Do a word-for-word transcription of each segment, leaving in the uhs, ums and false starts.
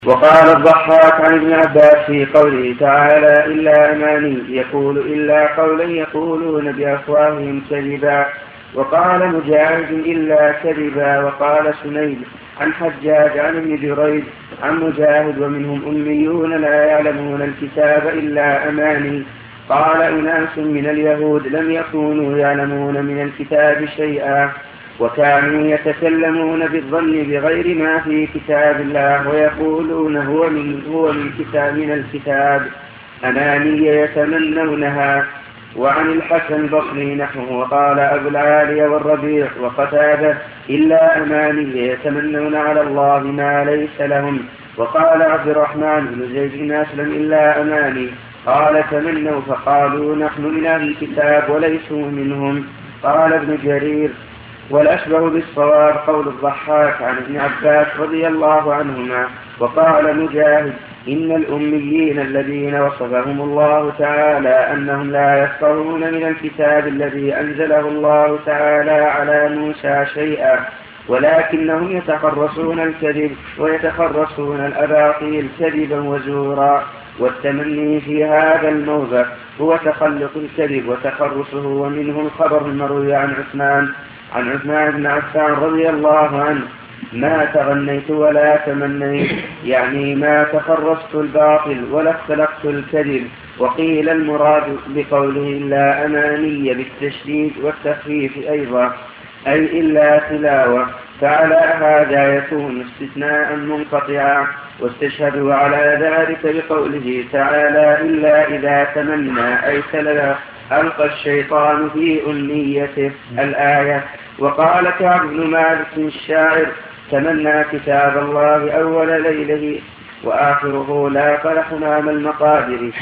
وقال الضحاك عن ابن عباس في قوله تعالى إلا أماني يقول إلا قولا يقولون بأفواههم كذبا. وقال مجاهد إلا كذبا. وقال سنيد عن حجاج عن ابن جريج عن مجاهد ومنهم أميون لا يعلمون الكتاب إلا أماني. قال أناس من اليهود لم يكونوا يعلمون من الكتاب شيئا وكانوا يتكلمون بالظن بغير ما في كتاب الله ويقولون هو من, هو من, كتاب من الكتاب أماني يتمنونها. وعن الحسن البصري نحوه. وقال أبو العالي والربيع وقتادة إلا أماني يتمنون على الله ما ليس لهم. وقال عبد الرحمن بن زيد بن أسلم إلا أماني قال تمنوا فقالوا نحن من أهل الكتاب وليسوا منهم. قال ابن جرير والأشبه بالصواب قول الضحاك عن ابن عباس رضي الله عنهما. وقال مجاهد إن الأميين الذين وصفهم الله تعالى أنهم لا يفقهون من الكتاب الذي أنزله الله تعالى على موسى شيئا ولكنهم يتخرصون الكذب ويتخرصون الأباطيل كذبا وزورا. والتمني في هذا الموضع هو تخلق الكذب وتخرصه. ومنه الخبر المروي عن عثمان عن عثمان بن عفان رضي الله عنه ما تغنيت ولا تمنيت يعني ما تخرصت الباطل ولا اختلقت الكذب. وقيل المراد بقوله إلا أماني بالتشديد والتخفيف أيضا أي إلا تلاوة. فعلى هذا يكون استثناء منقطعا. واستشهدوا على ذلك بقوله تعالى إلا إذا تمنى أي تلا ألقى الشيطان في أمنيته الآية. وقال كعب بن مالك الشاعر تمنى كتاب الله أول ليله وآخره لاقى لحمام المقادر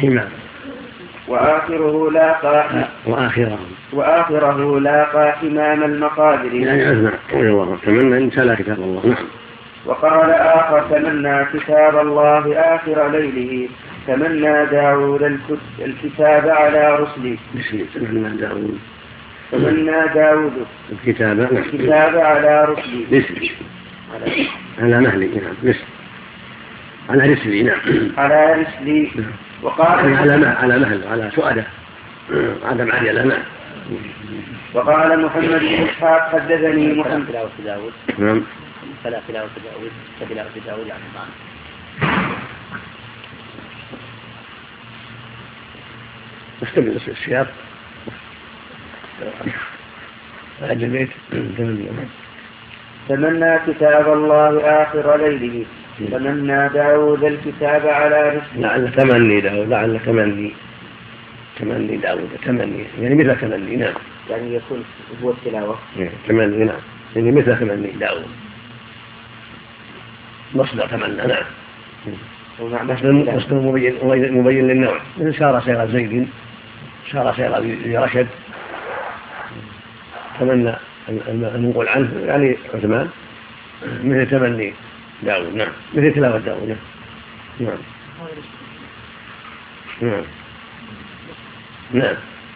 وآخره لاقى وآخره وآخره لاقى حمام المقادر يعني عزنا الله تمنى إن تلا كتاب الله. نعم. وقال آخر تمنى كتاب الله آخر ليله تمنى داود الكتاب على رسله. تمنى داود تمنى داود الكتاب الكتاب على رسله رسلي على مهلي. نعم رسل على رسلي. نعم على رسلي. وقال على على مهل على سؤاله عدم علي على مهل. وقال محمد بن إسحاق حدثني محمد تلاوة داود. نعم فلا تلاوة داود تلاوة داود عن الله. نستمر السياق أهل البيت. تمنى كتاب الله آخر ليله تمنى داود الكتاب على رسله. لعل تمني داود لعل تمني تمني داود تمني يعني مثل تمني. نعم يعني يكون هو التلاوة تمني. نعم يعني مثل تمني داود مصدر تمنى. نعم مصدر مبين مبين للنوع مثل سار سير زيد سار سير ذي رشد تمنى المنقول عنه يعني عثمان مثل تمني داود. نعم مثل تلاوة داود. نعم نعم نعم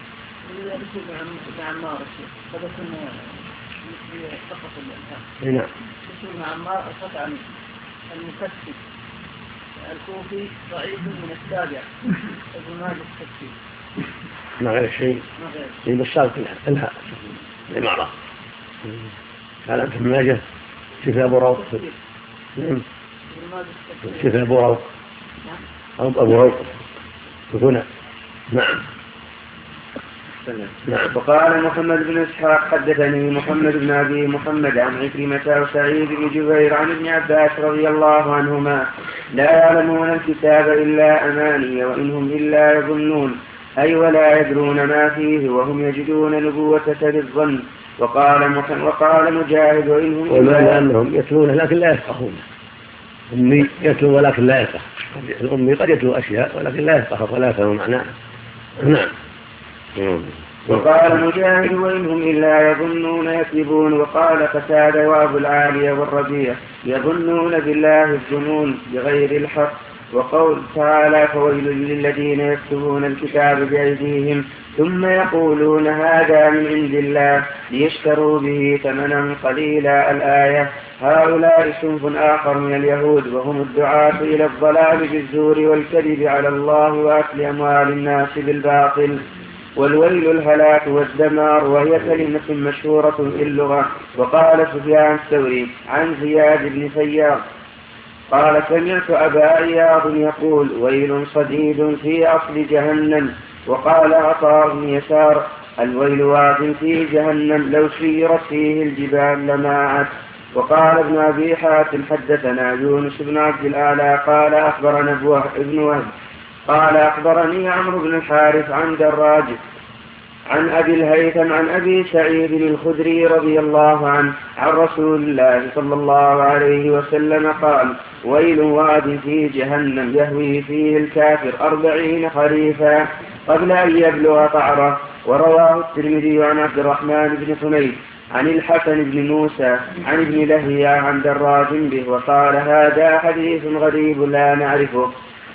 نعم عمار أخذ عن المكسب الكوفي ضعيف من السابع ابن ماجه الكسي ما غير شيء في بالسابق الها العمارة. قال أنت ابن ماجه شفاء أبو روق. نعم شفاء أبو روق أو أبو روق هنا. نعم نعم. وقال محمد بن إسحاق حدثني محمد بن أبي محمد عن عكرمة وسعيد بن جبير عن ابن عباس رضي الله عنهما لا يعلمون الكتاب إلا أماني وإنهم إلا يظنون أي ولا يدرون ما فيه وهم يجدون نبوة بالظن. وقال وقال مجاهد وإنهم إلا أنهم يتلون لكن لا يفقهون. الأمي يتلو ولكن لا يفقه. الأمي قد يتلو أشياء ولكن لا يفقه ولا يفهم معناه. نعم. وقال مجاهد وإنهم إلا يظنون يكذبون. وقال قتادة وأبو العالي والربيع يظنون بالله الظنون بغير الحق وقول تعالى فويل للذين يكتبون الكتاب بأيديهم ثم يقولون هذا من عند الله ليشتروا به ثمنا قليلا الآية. هؤلاء صنف آخر من اليهود وهم الدعاة إلى الضلال بالزور والكذب على الله وأكل أموال الناس بالباطل. والويل الهلاك والدمار وهي كلمة مشهورة في اللغة. وقال سفيان الثوري عن زياد بن سيار قال سمعت أبا إياض يقول ويل صديد في أصل جهنم. وقال عطاء بن يسار الويل واد في جهنم لو سيرت فيه الجبال لماعت. وقال ابن أبي حاتم حدثنا يونس بن عبد الأعلى قال أخبرنا ابن وهب قال أخبرني عمرو بن الحارث عن دراج عن أبي الهيثم عن أبي سعيد الخدري رضي الله عنه عن رسول الله صلى الله عليه وسلم قال ويل واد في جهنم يهوي فيه الكافر أربعين خريفا قبل أن يبلغ قعره. ورواه الترمذي عن عبد الرحمن بن حميد عن الحسن بن موسى عن ابن لهيعة عن دراج به وقال هذا حديث غريب لا نعرفه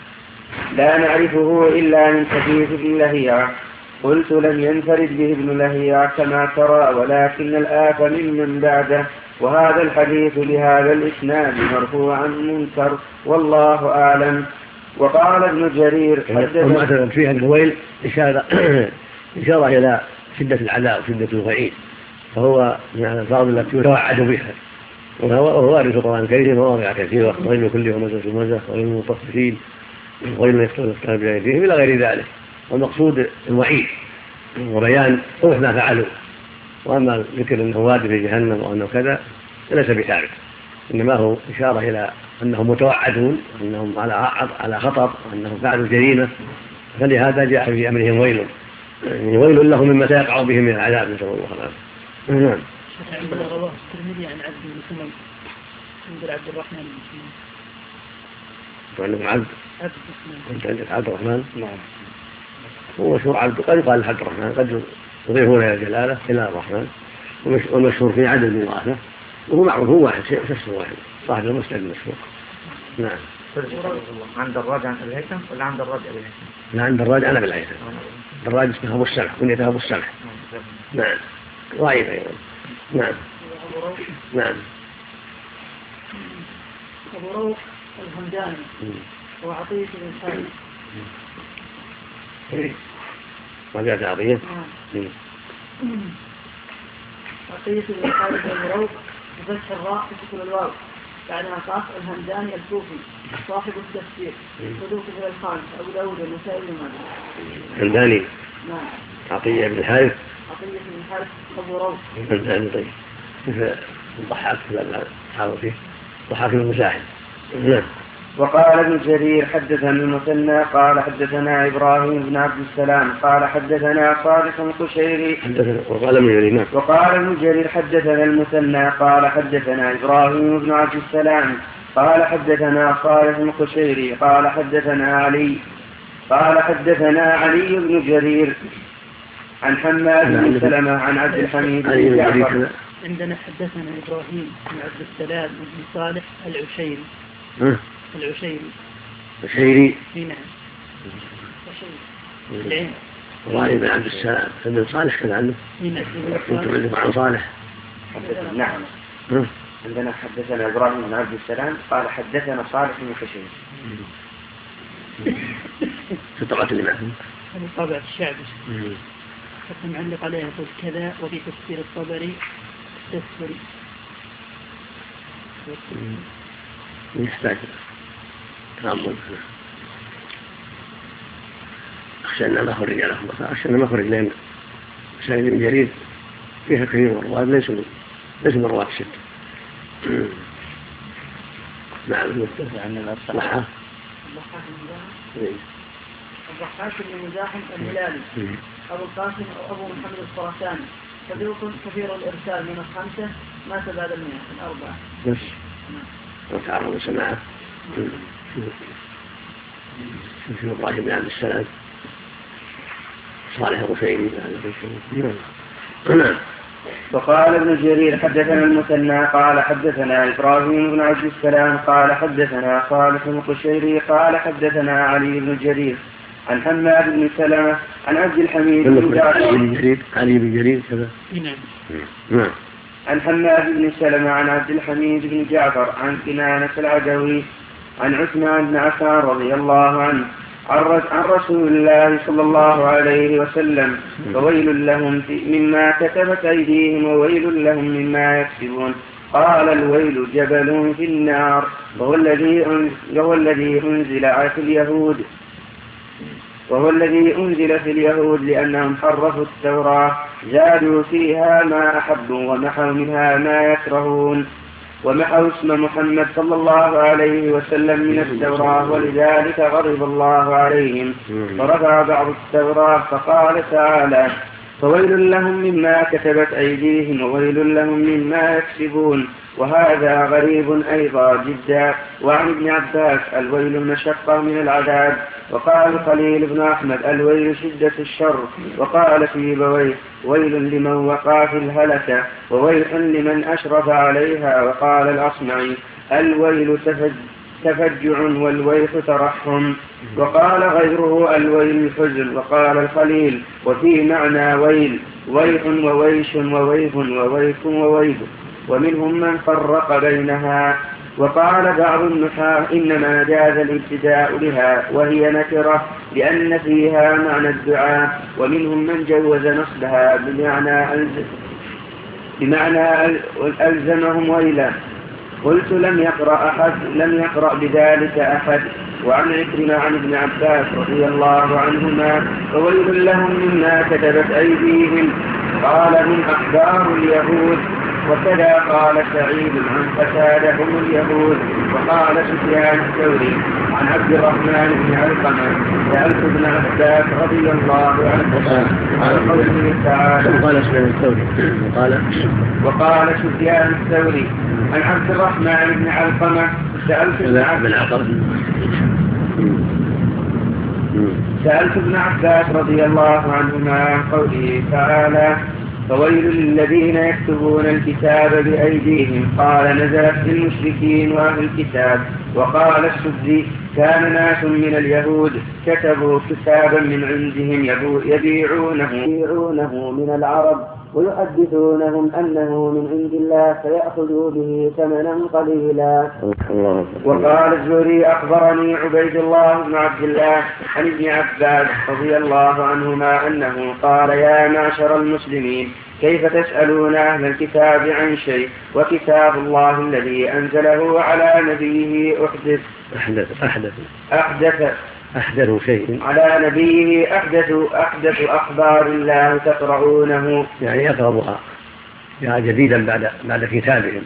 لا نعرفه إلا من حديث ابن لهيعة. قلت لم ينفرد به ابن لهيعة كما ترى ولكن الآف ممن بعده. وهذا الحديث بهذا الإسناد مرفوعا منكر والله أعلم. وقال ابن جرير حدثنا فيها الويل إشارة إشارة إلى شدة العذاب وشدة الوعيد فهو من الألفاظ التي يتوعد بها وهو وارد في القرآن الكريم مواضع كثيرة ويل لكل همزة لمزة ويل للمطففين ويل يكتبون الكتاب بأيديهم إلى غير ذلك. والمقصود الوعيد وبيان قبح ما فعلوا. وأما ذكر أنه واد في جهنم وأنه كذا ليس بثابت إنما هو إشارة إلى أنهم متوعدون وأنهم على على خطر وأنهم فعلوا جريمة فلهذا جاء في أمرهم ويل يعني ويل لهم مما سيقع بهم من العذاب نسأل الله العافية. نعم. عندنا رواه الترمذي عن عبد بن سمي عند عبد الرحمن بن سمي. وعندكم عبد؟ عبد بن سمي. أنت عندك عبد الرحمن؟ نعم. هو مشهور عبد قد يقال عبد الرحمن قد يضيفون إلى الجلالة إلى الرحمن والمشهور في عدد من ضعفه وهو معروف هو واحد شخص واحد صاحب المسند المشهور. نعم. عند الراج عن أبي الهيثم ولا عند الراج أبي الهيثم؟ لا عند الراج عن أبي الهيثم. الراج اسمه أبو السمح كنيته أبو السمح. نعم. ضعيف أيضا. نعم. نعم. أبو روح الهمداني وعطية بن خالد. ما جاءت عطية؟ نعم. عطية بن خالد أبو روح بفتح الراء وسكون الواو بعدها قاف الهمداني الكوفي صاحب التفسير صدوق في الخامس أبو داود والنسائي بن ماجه. الهمداني. نعم. عطية بن الحارث. عطية بن الحارث أبو روح. الهمداني طيب. كيف الضحاك لا حاول فيه ضحاك بن مساحب. نعم. وقال ابن جرير حدثنا المثنى قال حدثنا إبراهيم بن عبد السلام قال حدثنا صالح القشيري وقال ابن جرير وقال ابن جرير حدثنا المثنى قال حدثنا إبراهيم بن عبد السلام قال حدثنا صالح القشيري قال حدثنا علي قال حدثنا علي بن جرير عن حماد بن سلمة عن عبد الحميد بن جعفر. عندنا حدثنا إبراهيم بن عبد السلام بن صالح العشيري. العشيري العشيري نعم العين إبراهيم بن عبد السلام بن صالح كذا عنه أنتم عندكم عن صالح. نعم. عندنا حدثنا إبراهيم بن عبد السلام قال حدثنا صالح بن خشيم في طبعة اللي معهم هذه طبعة الشعب حتى معلق عليها يقول كذا وفي تفسير الطبري تفسير يحتاج تأمل أخشى أن ما خرج له أخشى أن ما خرج لأن سعيد بن جرير فيها كثير من الرواة ليسوا ليسوا من الرواة الستة. نعم. عن الضحاك الضحاك بن مزاحم الهلالي أبو القاسم أو أبو محمد الخراساني صدوق كثير الإرسال من الخمسة مات بعد المئة الأربعة. بس وتعرض سماعه في إبراهيم بن عبد السلام صالح الرشيدي. نعم. وقال ابن جرير حدثنا المثنى قال حدثنا إبراهيم بن عبد السلام قال حدثنا صالح بن قشيري قال حدثنا علي بن جرير عن حماد بن سلمة عن عبد الحميد بن جعفر علي بن جرير كذا نعم عن حماد بن سلمة عن عبد الحميد بن جعفر عن كنانة العدوي عن عثمان بن عفان رضي الله عنه عن رسول الله صلى الله عليه وسلم فويل لهم مما كتبت أيديهم وويل لهم مما يكسبون. قال الويل جبل في النار وهو الذي وهو الذي أنزل في اليهود وهو الذي أنزل في اليهود لأنهم حرفوا التوراة زادوا فيها ما أحبوا ومحوا منها ما يكرهون ومحوا اسم محمد صلى الله عليه وسلم من التوراة ولذلك غضب الله عليهم فرفع بعض التوراة فقال تعالى فويل لهم مما كتبت أيديهم وويل لهم مما يكسبون. وهذا غريب أيضا جدا. وعن ابن عباس الويل المشقة من العذاب. وقال خليل بن أحمد الويل شدة الشر. وقال سيبويه ويل لمن وقع في الهلكة وويل لمن أشرف عليها. وقال الأصمعي الويل تفجع والويح ترحم. وقال غيره الويل الحزن. وقال الخليل وفي معنى ويل ويح وويش وويح وويح وويل ومنهم من فرق بينها. وقال بعض النحاة إنما جاز الابتداء بها وهي نكرة لأن فيها معنى الدعاء. ومنهم من جوز نصبها بمعنى ألزم بمعنى ألزمهم ويلا. قلت لم يقرأ أحد لم يقرأ بذلك أحد. وعن عكرمة عن ابن عباس رضي الله عنهما فويل لهم مما كتبت أيديهم قال هم أحبار اليهود. وكذا قال سعيد عن قتادة هم اليهود. وقال سفيان الثوري عن عبد الرحمن بن علقمة سألت ابن عباس رضي الله عنه عن قوله تعالى وقال سفيان الثوري وقال وقال سفيان الثوري عن عبد الرحمن بن علقمة سألت ابن عباس سألت ابن عباس رضي الله عنهما عن قوله تعالى فويل للذين يكتبون الكتاب بأيديهم قال نزلت للمشركين وأهل الكتاب. وقال السدي كان ناس من اليهود كتبوا كتابا من عندهم يبيعونه, يبيعونه من العرب ويحدثونهم أنه من عند الله فيأخذوا به ثمنا قليلا. وقال الزهري أخبرني عبيد الله بن عبد الله عن ابن عباس رضي الله عنهما أنه قال يا معشر المسلمين كيف تسألون أهل الكتاب عن شيء وكتاب الله الذي أنزله على نبيه أحدث أحدث أحدث أحدث أحدث شيء على نبيه أحدث أحدث أخبار الله تقرؤونه يعني يقرأها يعني جديدا بعد بعد كتابهم.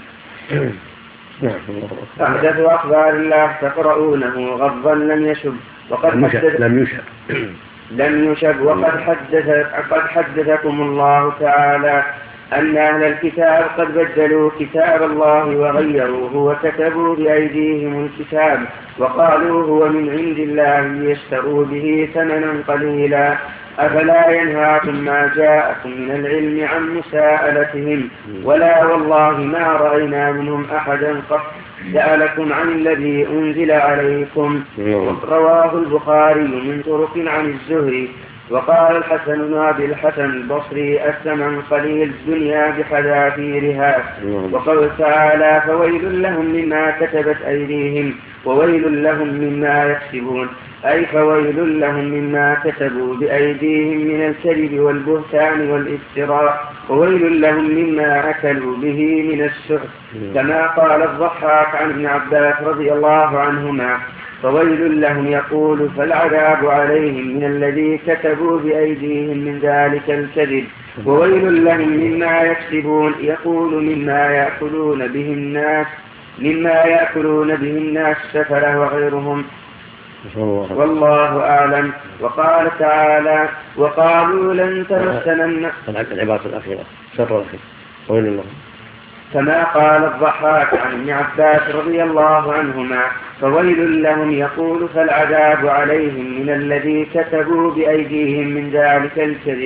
أحدث أخبار الله تقرؤونه غضا لم يشب وقد لم يشب لم يشب لم يشب وقد حدث قد حدثكم الله تعالى أن أهل الكتاب قد بدلوا كتاب الله وغيروه وكتبوا بأيديهم الكتاب وقالوا هو من عند الله ليشتروا به ثمنا قليلا. أفلا ينهاكم ما جاءكم من العلم عن مساءلتهم ولا والله ما رأينا منهم أحدا قط سألكم عن الذي أنزل عليكم. رواه البخاري من طرق عن الزهري. وقال الحسن بن أبي الحسن البصري الثمن قليل الدنيا بحذافيرها. وقال تعالى فويل لهم مما كتبت أيديهم وويل لهم مما يكسبون أي فويل لهم مما كتبوا بأيديهم من الكذب والبهتان والافتراء وويل لهم مما أكلوا به من السحت. كما قال الضحاك عن ابن عباس رضي الله عنهما فويل لهم يقول فالعذاب عليهم من الذي كتبوا بأيديهم من ذلك الكذب وويل لهم مما يكسبون يقول مما يأكلون به الناس مما يأكلون به الناس سفله وغيرهم والله أعلم. وقال تعالى وقالوا لن تمسنا العبارة الأخيرة شر الأخير ويل لهم كما قال الضحاك عن ابن عباس رضي الله عنهما فويل لهم يقول فالعذاب عليهم من الذي كتبوا بأيديهم من ذلك الكذب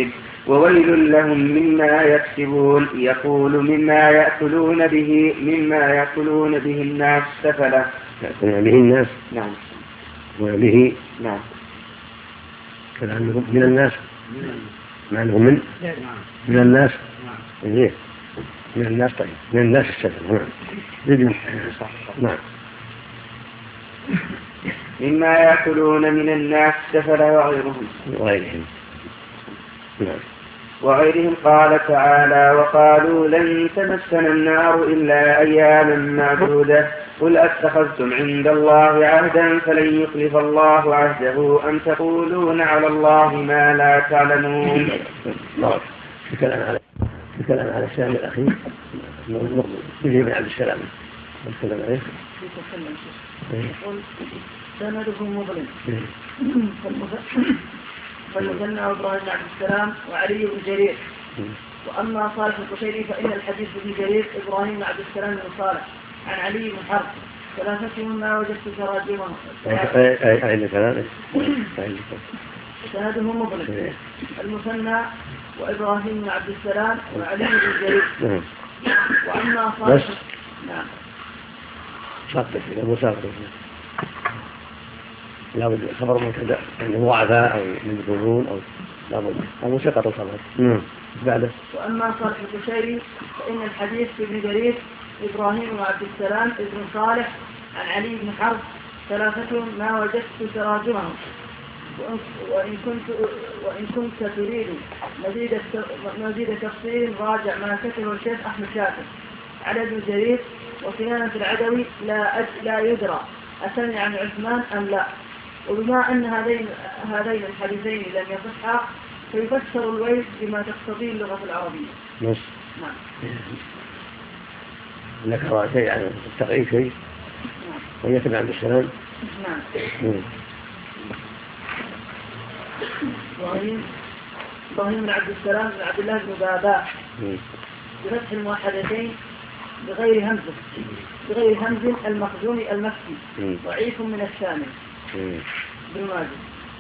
وويل لهم مما يكسبون يقول مما يأكلون به مما يأكلون به الناس سفلا. يأكلون به الناس. نعم. وبه. نعم. كلام من الناس. مع أنه من من الناس. إيه من الناس. طيب من الناس السفل. نعم. نعم. مما يأكلون من الناس سفل وغيرهم. وغيرهم. نعم. وغيرهم قال تعالى وقالوا لن تمسنا النار إلا أياما معدودة قل أتخذتم عند الله عهدا فلن يخلف الله عهده أم تقولون على الله ما لا تعلمون. في كلام على في كلام على السلام الأخير يجي بن عبد السلام الكلام عليه يقول سنده مظلم فالمثنى إبراهيم بن عبد السلام وعلي بن جرير. وأما صالح القشيري فإن الحديث بن جرير إبراهيم بن عبد السلام بن صالح عن علي بن حرب ثلاثتهم ما وجدت تراجمهم. أين كلام؟ سنده مظلم المثنى وإبراهيم بن عبد السلام وعلي بن جرير. وأما صالح نعم صدق إذا مسافر لا بد خبر مبتدأ يعني ضعفاء أو مجهولون أو لا بد أو ثقة الخبر. بعده. وأما صالح القشيري فإن الحديث في ابن جرير إبراهيم بن عبد السلام ابن صالح عن علي بن حرب ثلاثتهم ما وجدت تراجمهم. وإن كنت وإن كنت تريد مزيد مزيد تفصيل راجع ما كتبه الشيخ أحمد شاكر على ابن جرير وكنانة العدوي لا أج لا يدرى أسمع عن عثمان أم لا. وبما أن هذين هذين الحديثين لم يصحا فيفسر الويل بما تقتضيه اللغة العربية. بس. نعم. ذكر شيء عن التقييد شيء. نعم. ويتبع عبد السلام. نعم. إبراهيم إبراهيم بن عبد السلام بن عبد الله بن بابا بفتح الموحدتين بغير همزة بغير همز المخزومي المكي ضعيف من الشامل بن ماجه.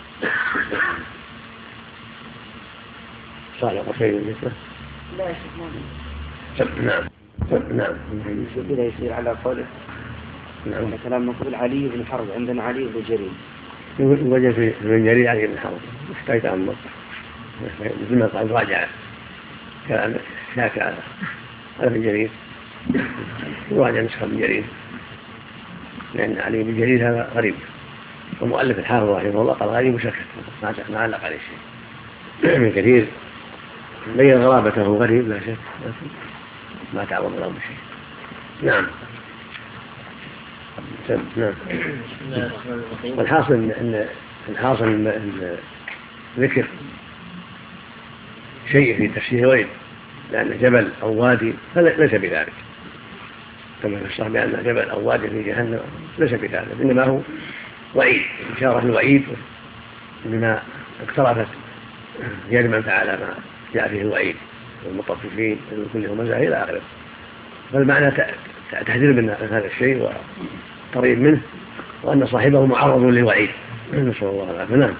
صالح وخير مثله لا يا شيخ نعم نعم كذا يصير على قوله. نعم. كلام نقول علي بن حرب عندنا علي بن جرير وجد في ابن جرير علي بن حرب محتاج تأمل مثل ما قال راجع كلام شاكر على ابن جرير راجع نسخة ابن جرير لأن علي بن جرير هذا غريب ومؤلف الحافظ رحمه الله قال غريب وسكت ما علق عليه شيء. ابن كثير بين غرابته غريب لا شك ما تعرض له بشيء. نعم. نعم. والحاصل ان الحاصل ان ذكر شيء في تفسير ويل لأن جبل أو وادي فليس بذلك كما في الصحيح بأن جبل أو وادي في جهنم ليس بذلك إنما هو وعيد إشارة الوعيد بما اقترفت يد من فعل ما جاء فيه الوعيد والمطففين كل همزة إلى آخره. فالمعنى تحذير من هذا الشيء وقريب منه وأن صاحبه معرض للوعيد. نسأل الله العافية. نعم.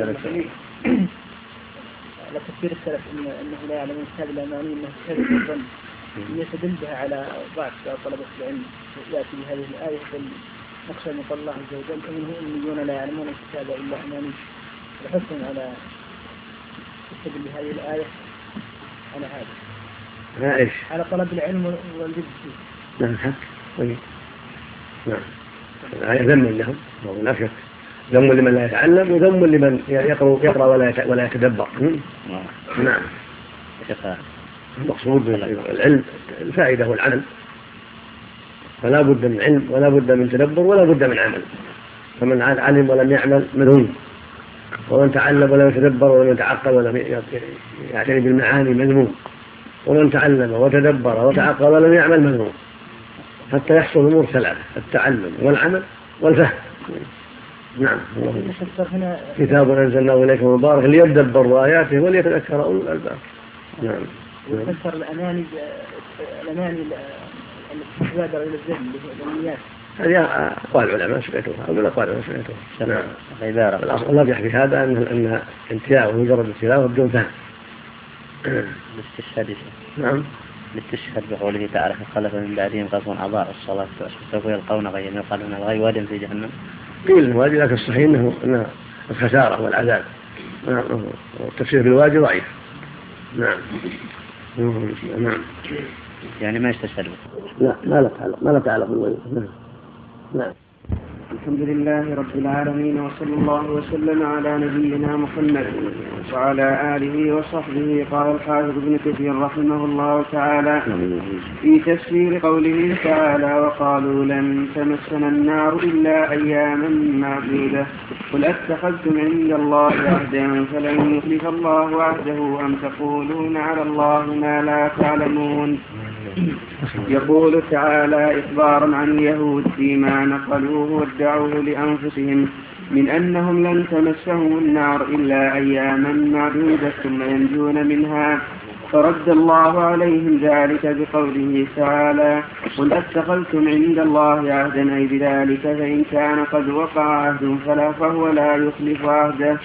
على تفسير السلف أنه لا يعلم كتاب الأماني أنه كتاب الظن يستدل بها على بعض طلبة العلم يأتي بهذه الآية نقص من الله عز وجل فمنه أميون لا يعلمون الكتاب إلا أماني وحسن على يستدل بهذه الآية على هذا إيش؟ على طلب العلم والجد فيه. نعم حق طيب. نعم. الآية ذم لهم ولا شك ذم لمن لا يتعلم وذم لمن يقرأ يقرأ ولا ولا يتدبر. نعم. المقصود بالعلم الفائدة والعمل فلا بد من علم ولا بد من تدبر ولا بد من عمل. فمن علم ولم يعمل مذموم ومن تعلم ولم يتدبر ولم يتعقل ولم يعتني بالمعاني مذموم ومن تعلم وتدبر وتعقل ولم يعمل مذموم حتى يحصل الأمور ثلاثة التعلم والعمل والفهم. نعم. كتاب أنزلناه إليك مبارك ليدبروا آياته وليتذكر أولو الألباب. نعم. وفسر الأماني الأماني التي تبادر إلى الذهن الأمنيات. هذه أقوال العلماء سمعتوها أو من أقوال العلماء سمعتوها. نعم. الأصل الأرجح في هذا أن أن انتهاء ومجرد التلاوة بدون فهم الاستشهاد. نعم. الاستشهاد بقوله تعالى فخلف من بعدهم خلف أضاعوا الصلاة سوف يلقون غيا يقالون الغي واد في جهنم. قيل الوادي لكن الصحيح انه انه الخسارة والعذاب. والتفسير بالوادي ضعيف. نعم. نعم. يعني ما يستشهد. لا ما لا تعلق ما لا تعلق بالوادي. نعم. نعم. الحمد لله رب العالمين وصلى الله وسلم على نبينا محمد وعلى آله وصحبه. قال الحافظ ابن كثير رحمه الله تعالى في تفسير قوله تعالى وقالوا لن تمسنا النار إلا أياما معدودة قل أتخذتم عند الله عهدا فلن يخلف الله عهده أم تقولون على الله ما لا تعلمون. يقول تعالى إخبارا عن اليهود فيما نقلوه وادعوه لأنفسهم من أنهم لن تمسهم النار إلا أياما معدودة ثم ينجون منها، فرد الله عليهم ذلك بقوله تعالى قل أتخذتم عند الله عهدا أي بذلك فإن كان قد وقع عهد فلا فهو لا يخلف عهده،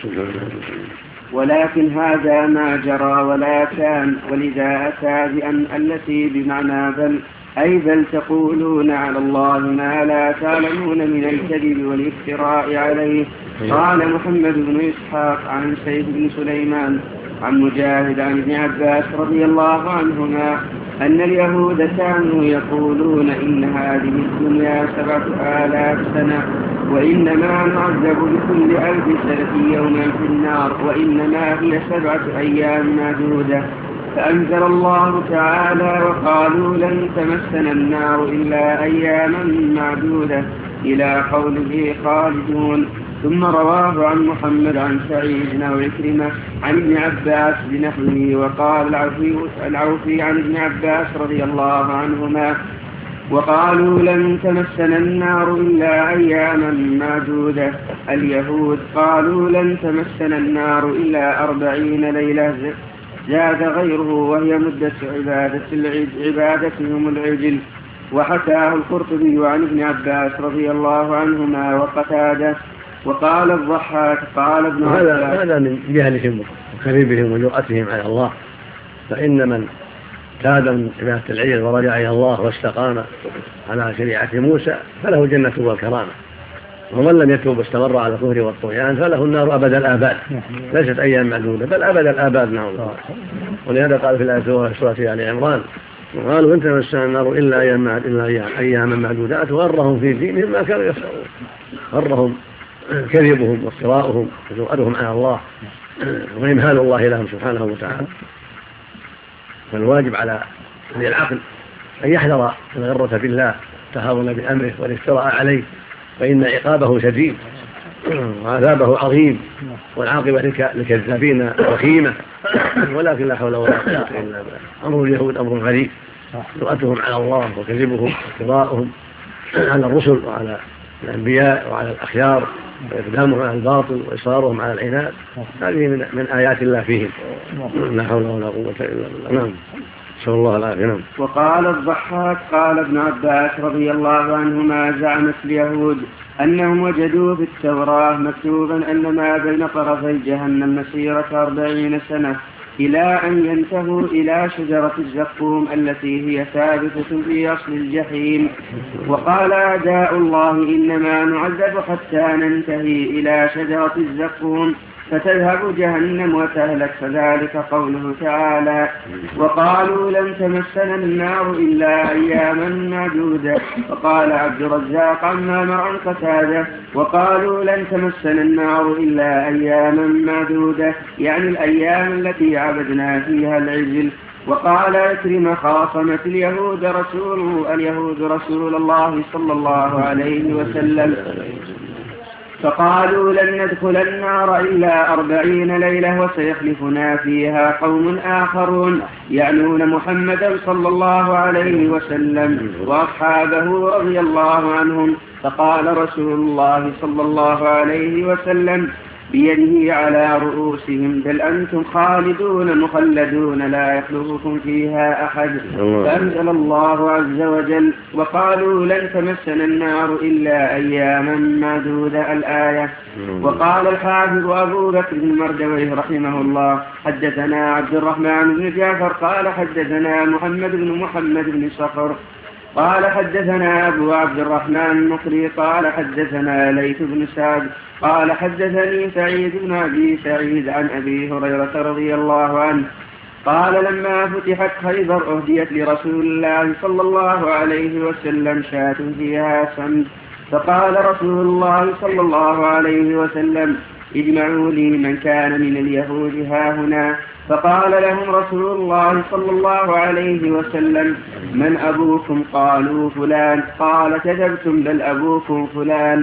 ولكن هذا ما جرى ولا كان، ولذا أتى بأن التي بمعنى بل أي بل تقولون على الله ما لا تعلمون من الكذب والافتراء عليه. قال محمد بن إسحاق عن سيد بن سليمان عن مجاهد عن ابن عباس رضي الله عنهما أن اليهود كانوا يقولون إن هذه الدنيا سبعة آلاف سنة وإنما نعذب بكل ألف سنة يوما في النار وإنما هي سبعة أيام معدودة. فأنزل الله تعالى وقالوا لن تمسنا النار إلا أياما معدودة إلى قوله خالدون. ثم رواه عن محمد عن سعيد أو عكرمة عن ابن عباس بنحوه. وقال العوفي, العوفي عن ابن عباس رضي الله عنهما وقالوا لن تمسنا النار إلا أياما معدودة. اليهود قالوا لن تمسنا النار إلا أربعين ليلة زاد غيره وهي مدة عبادة عبادتهم العجل. وحكاه القرطبي عن ابن عباس رضي الله عنهما وقتاده. وقال الضحاك قال ابن عباس هذا من جهلهم وكذبهم وجرأتهم على الله، فإن من تاب من عبادة العجل ورجع إلى الله واستقام على شريعة موسى فله الجنة والكرامة، ومن لم يتوب واستمر على الكفر والطغيان فله النار أبد الآباد ليست أيام معدودة بل أبد الآباد. نعم. ولهذا قال في الآية سورة آل عمران وقالوا إن تمسنا النار إلا أياما معدودات وغرهم في دينهم ما كانوا يفترون، غرهم كذبهم وافتراؤهم وجرأتهم على الله وإمهال الله لهم سبحانه وتعالى. فالواجب على ذي العقل أن يحذر الغرة بالله التهاون بأمره والافتراء عليه، فإن عقابه شديد وعذابه عظيم والعاقبة للكذابين وخيمة. ولكن لا حول ولا قوة إلا بالله. أمر اليهود أمر غريب، جرأتهم على الله وكذبهم وافتراؤهم على الرسل وعلى الأنبياء وعلى الأخيار وإقدامهم على الباطل وإصرارهم على العناد، هذه من, من آيات الله فيهم. لا حول ولا قوة إلا بالله. نعم. صلى الله العافية. نعم. وقال الضحاك قال ابن عباس رضي الله عنهما زعمت اليهود أنهم وجدوا في التوراة مكتوبا أن ما بين طرفي جهنم مسيرة أربعين سنة إلى أن ينتهوا إلى شجرة الزقوم التي هي ثابتة في أصل الجحيم. وقال أعداء الله إنما نعذب حتى ننتهي إلى شجرة الزقوم فتذهب جهنم وتهلك، فذلك قوله تعالى وقالوا لن تمسنا النار إلا أياما معدودة. وقال عبد الرزاق عن معمر عن قتادة وقالوا لن تمسنا النار إلا أياما معدودة يعني الأيام التي عبدنا فيها العجل. وقال عكرمة خاصمت اليهود رسول اليهود رسول الله صلى الله عليه وسلم فقالوا لن ندخل النار إلا أربعين ليلة وسيخلفنا فيها قوم آخرون يعنون محمدا صلى الله عليه وسلم وأصحابه رضي الله عنهم. فقال رسول الله صلى الله عليه وسلم بيده على رؤوسهم بل أنتم خالدون مخلدون لا يخلفكم فيها أحد. فأنزل الله عز وجل وقالوا لن تمسنا النار إلا أياما معدودة الآية. وقال الحافظ أبو بكر بن مردويه رحمه الله حدثنا عبد الرحمن بن جعفر قال حدثنا محمد بن محمد بن صخر قال حدثنا أبو عبد الرحمن المقري قال حدثنا ليث بن سعد قال حدثني سعيد بن أبي سعيد عن أبي هريرة رضي الله عنه قال لما فتحت خيبر أهديت لرسول الله صلى الله عليه وسلم شاة فيها سمن فقال رسول الله صلى الله عليه وسلم اجمعوا لي من كان من اليهود هاهنا. فقال لهم رسول الله صلى الله عليه وسلم من أبوكم؟ قالوا فلان. قال كذبتم بل أبوكم فلان.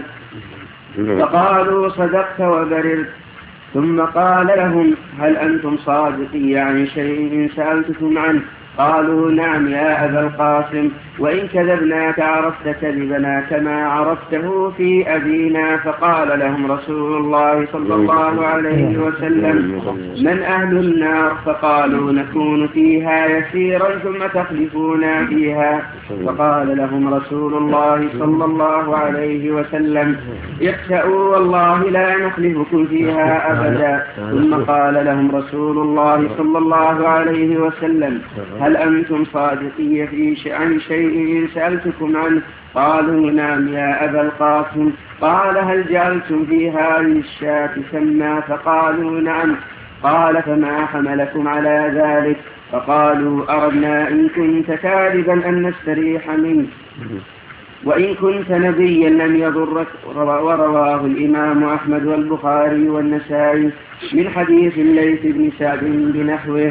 فقالوا صدقت وبررت. ثم قال لهم هل أنتم صادقي عن شيء سألتكم عنه؟ قالوا نعم يا أبا القاسم وإن كذبناك عرفت كذبنا كما عرفته في أبينا. فقال لهم رسول الله صلى الله عليه وسلم من أهل النار؟ فقالوا نكون فيها يسيرا ثم تخلفونا فيها. فقال لهم رسول الله صلى الله عليه وسلم اخسأوا والله لا نخلفكم فيها أبدا. ثم قال لهم رسول الله صلى الله عليه وسلم هل أنتم صادقي في عن شيء سألتكم عنه؟ قالوا نعم يا أبا القاسم. قال هل جعلتم في هذه الشاة سما؟ فقالوا نعم. قال فما حملكم على ذلك؟ فقالوا أردنا إن كنت كاذبا أن نستريح منك وإن كنت نبيا لم يضرك. ورواه الإمام أحمد والبخاري والنسائي من حديث الليث بن سعد بنحوه.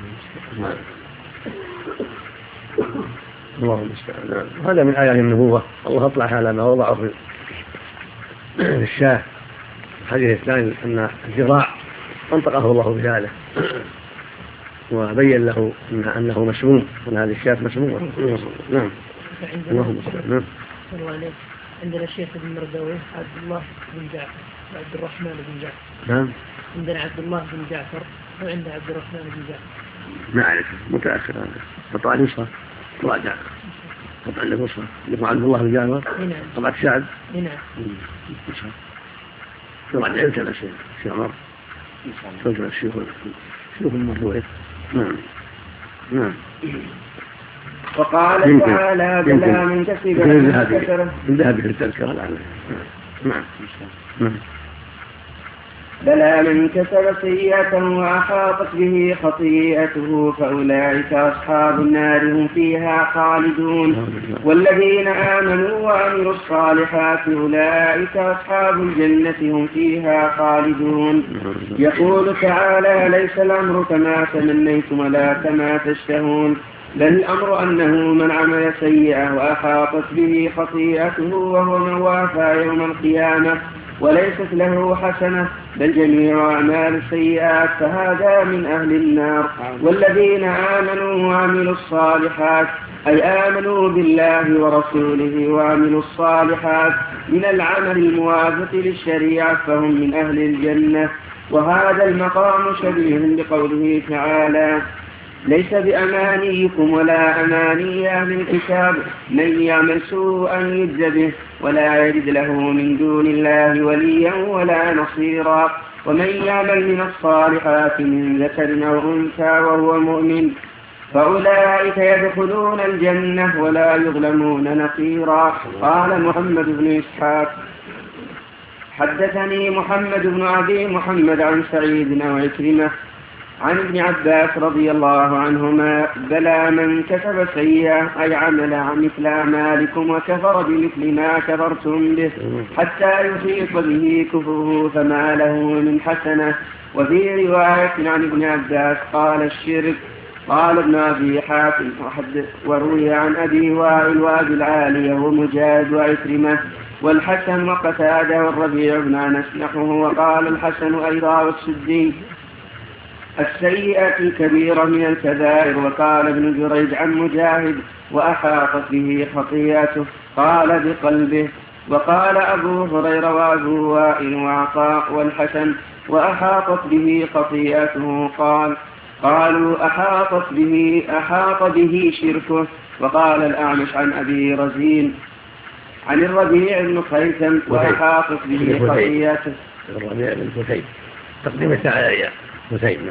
الله المستعان. هذا من آيات النبوة. الله أطلع على ما وضعه في الشاه. الحديث الثاني أن الذراع أنطقه الله بهذا وبين له أنه مسموم أن هذه الشاة مسمومة. نعم. الله المستعان. عندنا الشيخ ابن مردويه عبد الله بن جعفر عبد الرحمن بن جعفر. نعم. عندنا عبد الله بن جعفر وعندنا عبد الرحمن بن جعفر. ما أعرف متأخر هذا. طبعا نصف راجع. طبعا نصف. يقول عبد الله بن جعفر. طبعا سعد. نعم. طبعا عندنا شيء شيء عمر. عندنا الشيوخ الشيوخ المرفوعين. نعم. نعم. وقال تعالى بلى من كسب من ذهب في التذكرة الآن. نعم. نعم. بلى من كسب سيئة وأحاطت به خطيئته فأولئك أصحاب النار هم فيها خالدون. والذين آمنوا وعملوا الصالحات أولئك أصحاب الجنة هم فيها خالدون. يقول تعالى ليس الأمر كما تمنيتم ولا كما تشتهون بل الأمر أنه من عمل سيئة وأحاطت به خطيئته وهو من وافى يوم القيامة وليست له حسنة بل جميع أعمال السيئات فهذا من أهل النار. والذين آمنوا وعملوا الصالحات أي آمنوا بالله ورسوله وعملوا الصالحات من العمل الموافق للشريعة فهم من أهل الجنة. وهذا المقام شبيه بقوله تعالى ليس بأمانيكم ولا أماني أهل الكتاب من يعمل سوءا يجز به ولا يجد له من دون الله وليا ولا نصيرا. ومن يعمل من الصالحات من ذكر أو أنثى وهو مؤمن فأولئك يدخلون الجنة ولا يظلمون نقيرا. قال محمد بن إسحاق حدثني محمد بن أبي محمد عن سعيد أو عكرمة عن ابن عباس رضي الله عنهما بلى من كسب سيئة أي عمل مثل أعمالكم وكفر بمثل ما كفرتم به حتى يحيط به كفره فما له من حسنة. وفي رواية عن ابن عباس قال الشرك. قال ابن أبي حاتم وروي عن أبي وائل وأبي العالية ومجاهد وعكرمة والحسن وقتادة والربيع بن أنس نحوه. وقال الحسن أيضا والسدي السيئة الكبيرة من الكبائر. وقال ابن جريج عن مجاهد وأحاطت به خطيئته قال بقلبه. وقال أبو هريرة وأبو وائل وعطاء والحسن وأحاطت به خطيئته قال قالوا أحاطت به أحاط به شركه. وقال الأعمش عن أبي رزين عن الربيع بن خيثم وأحاطت به خطيئته. الربيع بن خيثم تقديم التعالى خيثم.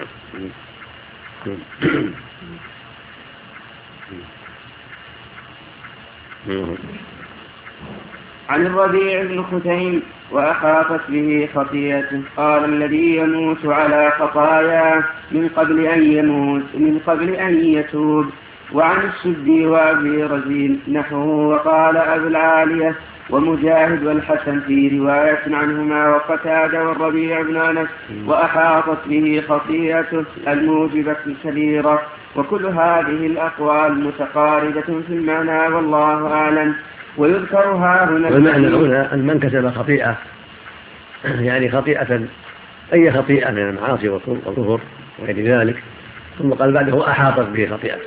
عن الربيع بن خثيم وأحاطت به خطيئته قال الذي يموت على خطاياه من قبل أن يموت من قبل أن يتوب. وعن السدي وأبي رزين نحوه. وقال أبو العالية ومجاهد والحسن في رواية عنهما وقتادة والربيع بن أنس وأحاطت به خطيئته الموجبة الكبيرة. وكل هذه الأقوال متقاربة في المعنى والله أعلم. ويذكرها هنا والمعنى هنا أن من كسب خطيئة يعني خطيئة أي خطيئة من المعاصي والكفر وغير ذلك ثم قال بعده أحاطت به خطيئة.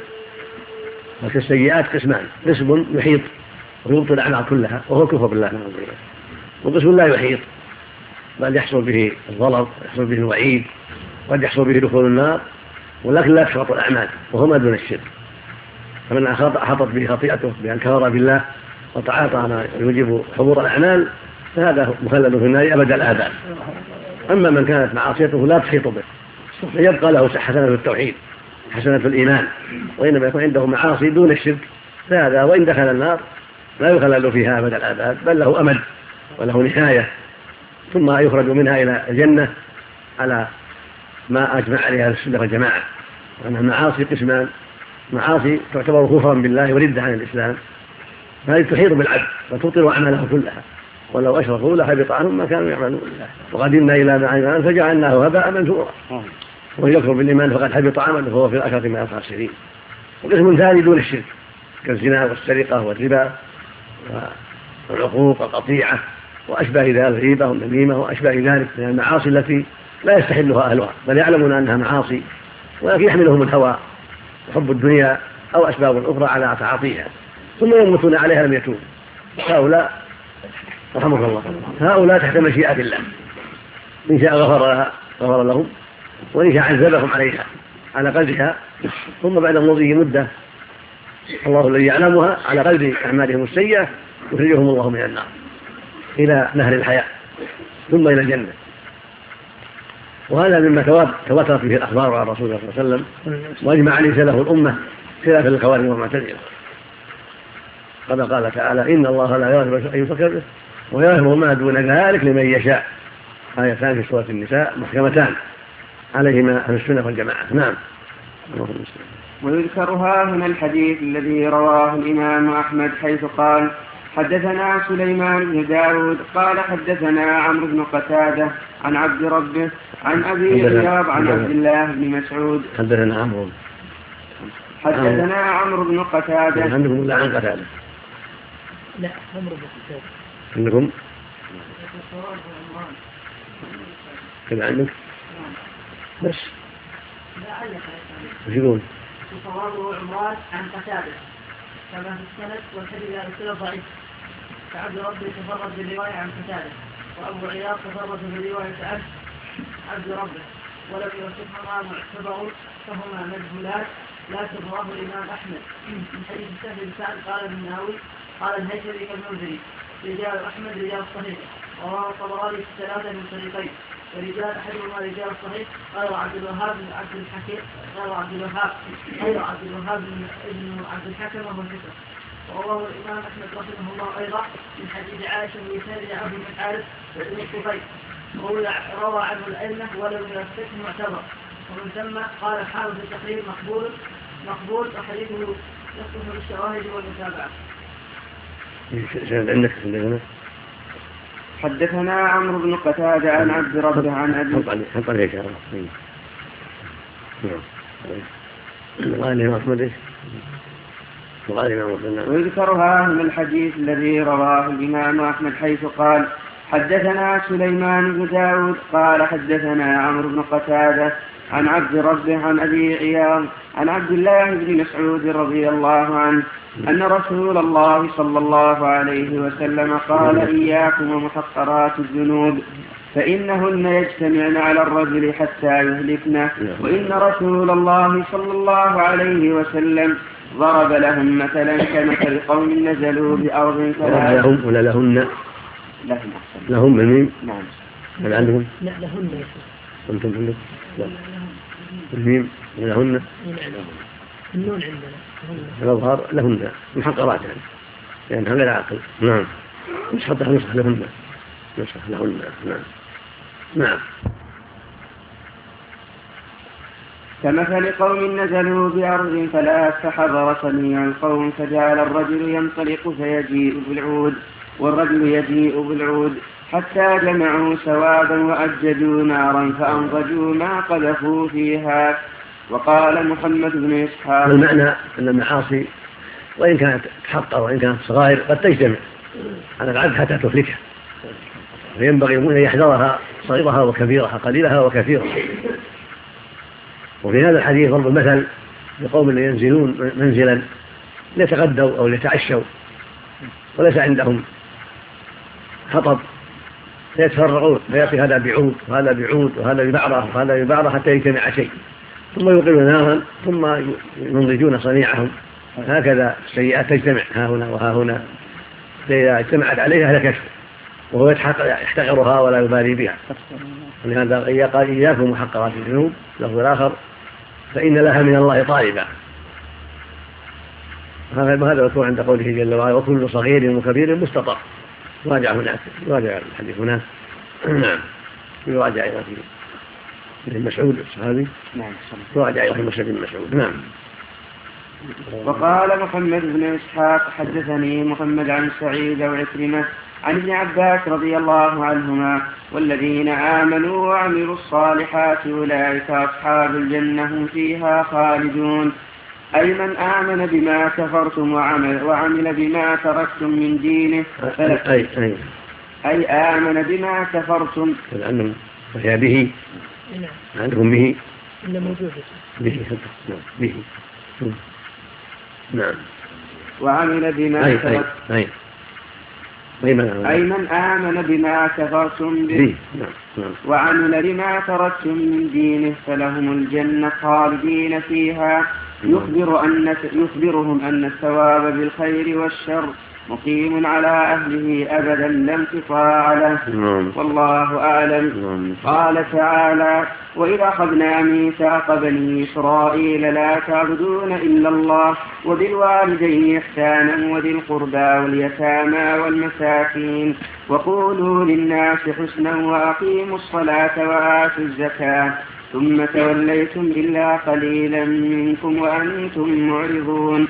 والسيئات قسمان، قسم يحيط ويبطل الأعمال كلها وهو كفر بالله، وقسم لا يحيط بل يحصل به الضرر يحصل به الوعيد قد يحصل به دخول النار ولكن لا تحبط الأعمال وهو ما دون الشرك. فمن أحاطت به خطيئته بأن كفر بالله وتعاطى ما يوجب حضور الأعمال فهذا مخلد في النار أبد الآباد. أما من كانت معاصيته لا تحيط به يبقى له حسنة في التوحيد حسنة في الإيمان، وإنما يكون عنده معاصي دون الشرك فهذا وإن دخل النار لا يخلد فيها أبد الآباد بل له أمد وله نهاية ثم يخرج منها إلى الجنة على ما أجمع عليها السنة والجماعة. وأن المعاصي قسمان، معاصي تعتبر كفرا بالله وردة عن الإسلام فهذه تحيط بالعبد وتبطل أعماله كلها ولو أشركوا لحبط عنهم ما كانوا يعملون. وقدمنا إلى ما عملنا فجعلناه هباء منثورا. ومن يكفر بالإيمان فقد حبط عمله فهو في الآخرة من الخاسرين. وقسم ثاني دون الشرك كالزنا والسرقة والربا والعقوق والقطيعة وأشباه ذلك الغيبة والنميمة وأشباه ذلك من المعاصي التي لا يستحلها أهلها بل يعلمون أنها معاصي ولكن يحملهم الهوى وحب الدنيا أو أسباب أخرى على تعاطيها ثم يموتون عليها لم يتوبوا. هؤلاء رحمك الله هؤلاء تحت مشيئة الله، إن شاء غفر لها غفر لهم وإن شاء عذبهم عليها على قدرها ثم بعد مضي مدة الله الذي يعلمها على قدر أعمالهم السيئة يخرجهم الله من النار إلى نهر الحياة ثم إلى الجنة. وهذا مما تواترت به الأخبار عن رسول الله صلى الله عليه وسلم وأجمع عليه سلف الأمة خلاف الخوارج والمعتزلة. قد قال تعالى إن الله لا يغفر أن يشرك به ويغفر ما دون ذلك لمن يشاء. آيتان في سورة النساء محكمتان عليهما أهل السنة والجماعة. نعم. ويذكرها هنا الحديث الذي رواه الإمام أحمد حيث قال حدثنا سليمان بن داود قال حدثنا عمرو بن قتادة عن عبد ربه عن أبي رياض عن عبد الله بن مسعود. حدثنا عمرو حدثنا عمرو بن قتادة. عندكم لا عن قتادة؟ لا عمرو بن قتادة. عندكم؟ كذا عندك؟ بس. وش يقول؟ وصوابه عمران عن قتادة كما في السند والحديث لا يصير ضعيف. فعبد ربه تفرد بالرواية عن قتادة وأبو عياض تفرد بالرواية عن عبد ربه ولم يوصفهما معتبر فهما مجهولات لكن رواه الإمام أحمد من حديث سهل بن سعد قال النووي قال الهيثمي كالمنذري رجال أحمد رجال صحيح ورواه الطبراني في الثلاثة من طريقين ورجال أحدهما رجال صحيح قال عبد الوهاب بن عبد الحكيم قال عبد الوهاب غير عبد الوهاب بن عبد الحكم وهو ثقة. ورواه الإمام أحمد رحمه الله أيضا من حديث عائشة ويسار عبد بن الحارث بن الطفيل روى عنه الأئمة ولم يثبته معتبر ومن ثم قال حافظ التقرير مقبول مقبول وحديثه يصلح بالشواهد والمتابعة. عندك عندنا حدثنا عمرو بن قتادة عن عبد ربه عن أبي حط عليه شعره. نعم. قال الإمام أحمد إيش؟ وقال الإمام مسلم. ويذكرها من الحديث الذي رواه الإمام أحمد حيث قال حدثنا سليمان بن داود قال حدثنا عمرو بن قتادة عن عبد ربه عن أبي عياض عن عبد الله بن مسعود رضي الله عنه أن رسول الله صلى الله عليه وسلم قال إياكم ومحقرات الذنوب فإنهن يجتمعن على الرجل حتى يهلكنه، وإن رسول الله صلى الله عليه وسلم ضرب لهم مثلا كمثل قوم نزلوا بأرض فلا لهم ولا لهن لهم لهم بالميم. نعم. هل عندهم؟ لا لهن. أنتم عندكم؟ لا. الميم لهن. النون عندنا. الأظهار لهن محقرات يعني لأنها غير عاقل. نعم. مش حتى نصح لهن. نصح لهن. نعم. نعم. كمثل قوم نزلوا بأرض فلا فحضر سميع القوم فجعل الرجل ينطلق فيجيء بالعود والرجل يجيء بالعود حتى جمعوا سوادا وأجدوا نارا فأنضجوا ما قذفوا فيها. وقال محمد بن إسحاق المعنى أن المعاصي وإن كانت تحقر وإن كانت صغائر قد تجتمع على العبد حتى تهلكه، فينبغي أن يحذرها صغيرها وكبيرها قليلها وكثيرها. وفي هذا الحديث ضرب المثل لقوم ينزلون منزلا ليتغدوا أو ليتعشوا وليس عندهم حطب فيتفرعون فيأتي هذا بعود وهذا بعود وهذا ببعضه وهذا ببعضه حتى يجتمع شيء ثم يوقدون نارا ثم ينضجون صنيعهم. هكذا السيئات تجتمع ها هنا وها هنا، فإذا اجتمعت عليها هلكته وهو يحتقرها ولا يبالي بها. ولهذا قال إياكم محقرات الذنوب لفظ الآخر فإن لها من الله طالبا. هذا يكون عند قوله جل وعلا وكل صغير وكبير مستطر. راجع هناك راجع الحديث هناك. نعم. يراجع إلى ابن مسعود الصحابي. نعم. راجع إلى مسعود بن مسعود. نعم. وقال محمد بن إسحاق حدثني محمد عن سعيد وعكرمة عن ابن عباس رضي الله عنهما والذين آمنوا وعملوا الصالحات أولئك أصحاب الجنة هم فيها خالدون. أي من آمن بما كفرتم وعمل, وعمل بما تركتم من دينه أي, أي, أي آمن بما كفرتم عندهم وهي به عندهم به به به نعم وعمل بما أي تركتم أي أي أي من آمن بما كفرتم به وعمل بما تركتم من دينه فلهم الجنة خالدين فيها. يخبر أن يخبرهم أن الثواب بالخير والشر مقيم على أهله أبدا لا انقطاع له. والله أعلم. قال تعالى وإذا أخذنا ميثاق بني إسرائيل لا تعبدون إلا الله وبالوالدين إحسانا وذي القربى واليتامى والمساكين وقولوا للناس حسنا وأقيموا الصلاة وآتوا الزكاة ثم توليتم إلا قليلا منكم وأنتم معرضون.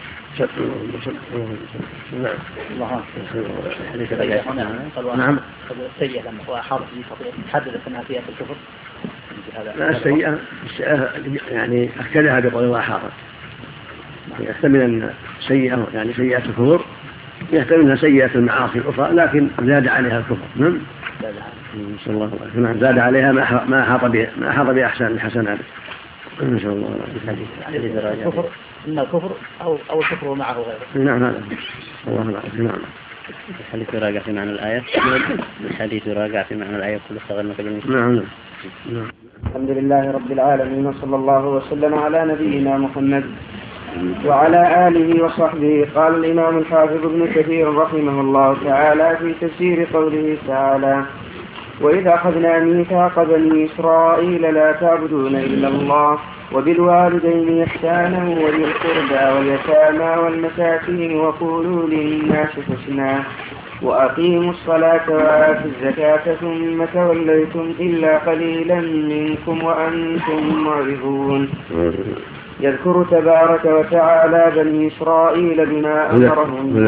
نعم. السيئة لما هو حاضر تحدد أنها فيها الكفر. لا السيئة يعني أكدها بقول الله حاضر. يحتمل أن سيئة يعني سيئة الكفر يحتمل أنها سيئة المعاصي الأخرى لكن زاد عليها الكفر. نعم. صلى الله عليه وسلم زاد عليها ما ما حاط بها ما حاط بأحسن الحسنات. إن شاء الله. الكفر إما الكفر أو أو الكفر معه غيره. نعم هذا. الله أعلم. نعم. الحديث يراجع في معنى الآية. الحديث يراجع في معنى الآية كل صغير مكبر. نعم. نعم. الحمد لله رب العالمين وصلى الله وسلم على نبينا محمد وعلى آله وصحبه. قال الإمام الحافظ ابن كثير رحمه الله تعالى في تفسير قوله تعالى وإذا أخذنا ميثاق بني إسرائيل لا تعبدون إلا الله وبالوالدين إحسانا وذي القربى واليتامى والمساكين وقولوا للناس حسنا وأقيموا الصلاة وآتوا الزكاة ثم توليتم إلا قليلا منكم وأنتم معرضون. يذكر تبارك وتعالى بني إسرائيل بما أمرهم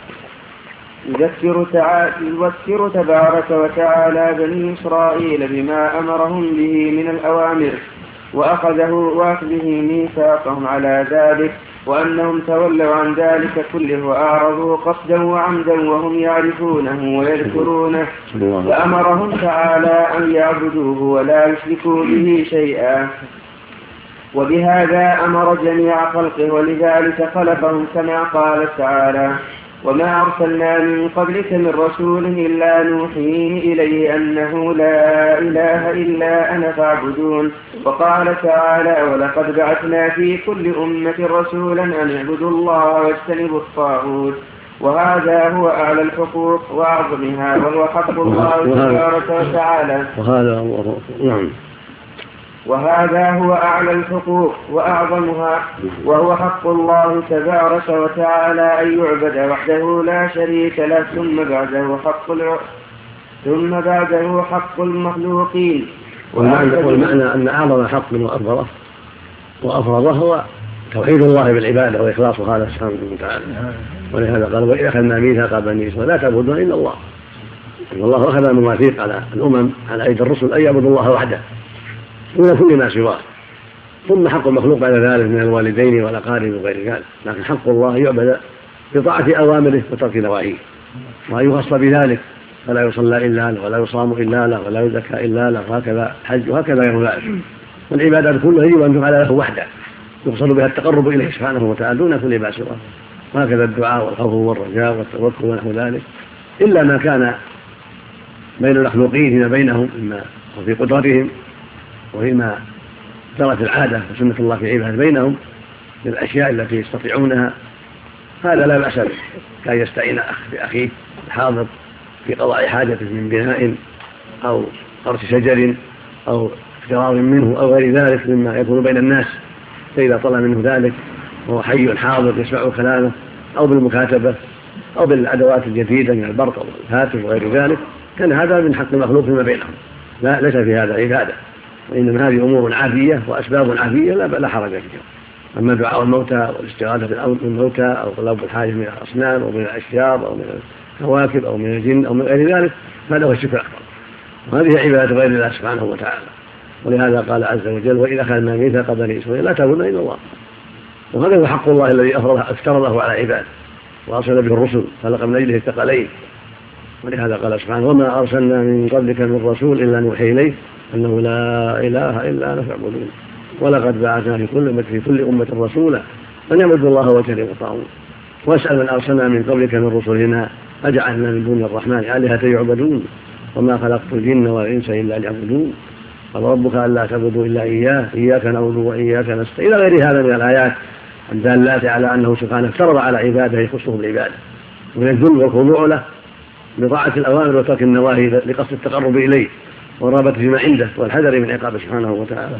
يذكر, تعالى يذكر تبارك وتعالى بني إسرائيل بما أمرهم به من الأوامر وأخذه وأخذه ميثاقهم على ذلك وأنهم تولوا عن ذلك كله وأعرضوا قصدا وعمدا وهم يعرفونه ويذكرونه، فأمرهم تعالى أن يعبدوه ولا يشركوا به شيئا، وبهذا أمر جميع خلقه، ولذلك خلقهم كما قال تعالى: وما أرسلنا من قبلك من رسول إلا نوحي إليه أنه لا إله إلا أنا فاعبدون. وقال تعالى: ولقد بعثنا في كل أمة رسولا أن اعبدوا الله واجتنبوا الطاغوت. وهذا هو أعلى الحقوق وأعظمها، وهو حق الله تبارك وتعالى. وهذا هو نعم وهذا هو أعلى الحقوق وأعظمها، وهو حق الله تبارك وتعالى أن يعبد وحده لا شريك له، ثم بعده حق الع... ثم بعده حق المخلوقين. والمعنى أن أعظم حق وأفضله وأفرضه هو توحيد الله بالعبادة وإخلاص هذا سبحانه وتعالى. ولهذا قال: وإذا أخذنا ميثاق بني إسرائيل لا تعبدون إلا الله. إن الله أخذ المواثيق على الأمم على أيدي الرسل أن يعبدوا الله وحده دون كل ما سواه، ثم حق المخلوق بعد ذلك من الوالدين والأقارب وغير ذلك. لكن حق الله يعبد بطاعة أوامره وترك نواهيه، وأن يخص بذلك فلا يصلى إلا له ولا يصام إلا له ولا يزكى إلا له، وهكذا حج وهكذا غير ذلك. والعبادات كلها يجب أن تفعل له وحده يقصد بها التقرب إليه سبحانه وتعالى دون كل ما سواه، وهكذا الدعاء والخوف والرجاء والتوكل ونحو ذلك، إلا ما كان بين المخلوقين فيما بينهم إما وفي قدرتهم وفيما جرت العادة وسنة الله في عباده بينهم من الأشياء التي يستطيعونها، هذا لا بأس به، كان يستعين أخ بأخيه الحاضر في قضاء حاجته من بناء أو غرس شجر أو افتراض منه أو غير ذلك مما يكون بين الناس، فإذا طلب منه ذلك وهو حي حاضر يسمع كلامه، أو بالمكاتبة أو بالأدوات الجديدة من البرق أو الهاتف وغير ذلك، كان هذا من حق المخلوق فيما بينهم، لا ليس في هذا عبادة، وإنما هذه أمور عافية وأسباب عافية لا حرج فيها. أما دعاء الموتى والاستغاثة بالموتى أو طلب الحاجة من الأصنام أو من الأشجار أو من الكواكب أو من الجن أو من غير ذلك، هذا هو الشرك الأكبر، وهذه عبادة غير الله سبحانه وتعالى. ولهذا قال عز وجل: وإذا أخذنا ميثاق بني إسرائيل لا تعبدون إلا الله. وهذا هو حق الله الذي افترضه على عباده وأرسل به الرسل، خلق من أجله الثقلين. ولهذا قال سبحانه: وما أرسلنا من قبلك من رسول إلا نوحي إليه أنه لا إله إلا أنا فاعبدون. ولقد بعثنا في كل أمة في كل أمة رسولا أن يعبدوا الله واجتنبوا الطاغوت. واسأل من أرسلنا من قبلك من رسلنا أجعلنا من دون الرحمن آلهة يعبدون وما خلقت الجن والإنس إلا ليعبدون قال ربك ألا تعبدوا إلا إياه إياك نعبد وإياك نستعين إلى غير هذا من الآيات الدالات على أنه سبحانه افترض على عباده يخصه بالعبادة من الذل والخضوع له بطاعة الأوامر وترك النواهي لقصد التقرب إليه والرغبة فيما عنده والحذر من عقابه سبحانه وتعالى.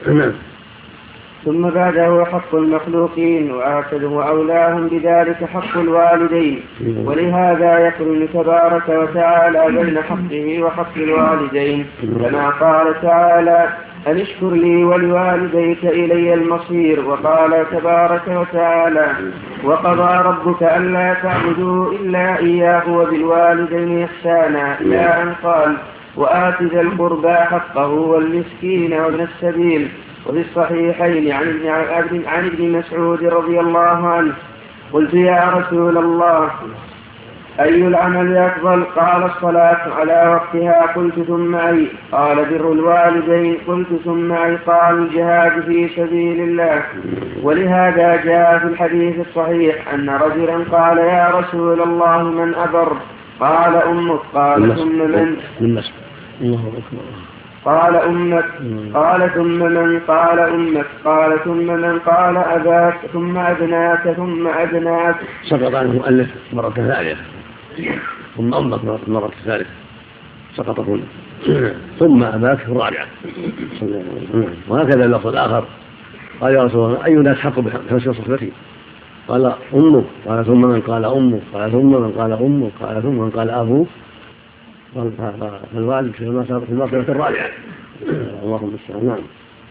ثم بعده حق المخلوقين وآكد وأولاهم بذلك حق الوالدين، ولهذا يقرن تبارك وتعالى بين حقه وحق الوالدين، كما قال تعالى: أن اشكر لي ولوالديك إلي المصير. وقال تبارك وتعالى: وقضى ربك ألا تعبدوا إلا إياه وبالوالدين إحسانا، إلى أن قال: وآت ذا القربى حقه والمسكين وابن السبيل. وفي الصحيحين عن ابن, عن ابن مسعود رضي الله عنه: قلت يا رسول الله أي العمل أفضل؟ قال: الصلاة على وقتها. قلت: ثم أي؟ قال: بر الوالدين. قلت: ثم أي؟ قال: الجهاد في سبيل الله. ولهذا جاء في الحديث الصحيح أن رجلا قال: يا رسول الله من أبر؟ قال: أمك. قال: ثم من؟ قال: أمك. قال: ثم من؟ قال: أمك. قال: ثم من؟ قال: أباك. ثم أبناك. ثم أبناك. سقط عنه المؤلف مرة ثانية، ثم أمك مرة ثالثة سقط هنا، ثم أباك في الرابعة. وهكذا اللفظ الآخر قال: يا رسول الله أي الناس حق بحسن صحبتي؟ قال: أمك. قال: ثم من؟ قال: أمك. قال: ثم من؟ قال: أمك. قال: ثم من؟ قال: أبوك. فالوالد في المرتبة الرابعة. اللهم استعان. نعم.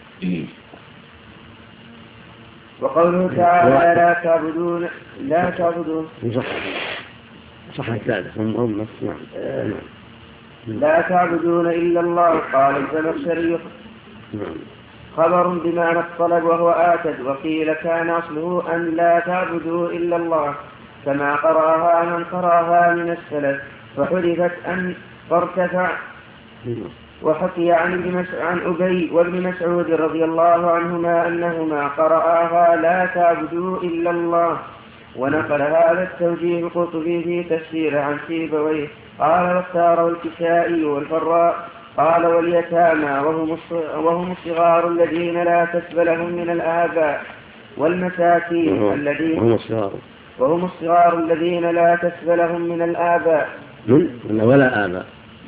وقوله تعالى: لا تعبدون لا تعبدون صح صح الثالث أمك. نعم. لا تعبدون إلا الله. قال الزمخشري: نعم. خبر بمعنى الطلب وهو آكد. وقيل كان أصله أن لا تعبدوا إلا الله كما قرأها من قرأها من السلف فحذفت أن فارتفع. وحكي عن عن أبي وابن مسعود رضي الله عنهما أنهما قرأها لا تعبدوا إلا الله. ونقل هذا التوجيه القرطبي في تفسير عن سيبويه قال واختاره الكسائي والفراء قال واليتامى وهم وهم الصغار الذين لا كسب لهم من الآباء والمساكين الذين وهم الصغار وهم الصغار الذين لا كسب لهم من الآباء من ولا آباء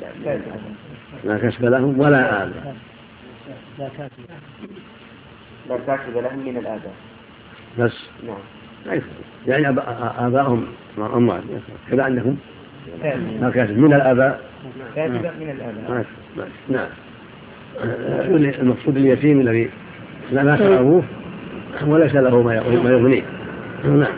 لا كسب لهم ولا آباء لا كاتب لا كسب لهم من الآباء بس نعم يعني آباءهم أموات كذا عندهم لا كسب من الآباء كاتب من الآباء نعم. المقصود اليتيم الذي لا مات أبوه وليس له ما يغنيه. نعم.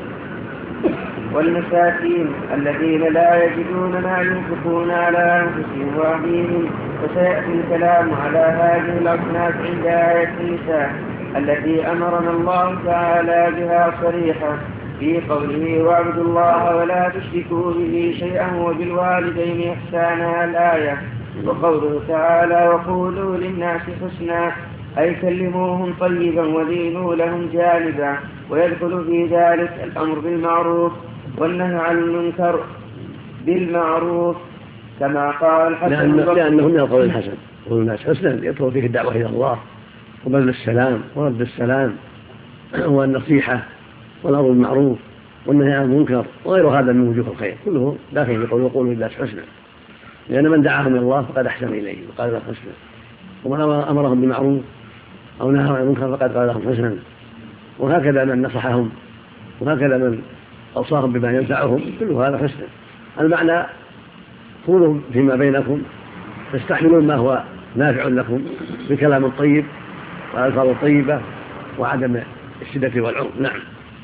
والمساكين الذين لا يجدون ما ينفقون على أنفسهم وأهليهم. وسيأتي الكلام على هذه الأصناف عند آية النساء التي أمرنا الله تعالى بها صريحة في قوله واعبدوا الله ولا تشركوا به شيئا وبالوالدين إحسانا الآية. وقوله تعالى وقولوا للناس حسنا أي كلموهم طيبا ودينوا لهم جانبا. ويدخل في ذلك الأمر بالمعروف والنهي عن المنكر بالمعروف كما قال الحسن لأن لأنه من القول الحسن قول الناس حسنا يدخل فيه الدعوة إلى الله وبذل السلام ورد السلام والنصيحة والأمر بالمعروف والنهي عن المنكر وغير هذا من وجوه الخير كله داخل يقول وقولوا للناس حسنا لأن من دعاهم إلى الله فقد أحسن إليه وقال لهم حسنا ومن أمرهم بالمعروف أو نهى عن المنكر فقد قال لهم حسنا. وهكذا من نصحهم وهكذا من أوصاهم بما ينفعهم كل هذا حسنا. المعنى كونوا فيما بينكم تستحملون ما هو نافع لكم بكلام طيب والألفاظ الطيبة وعدم الشدة والعنف. نعم.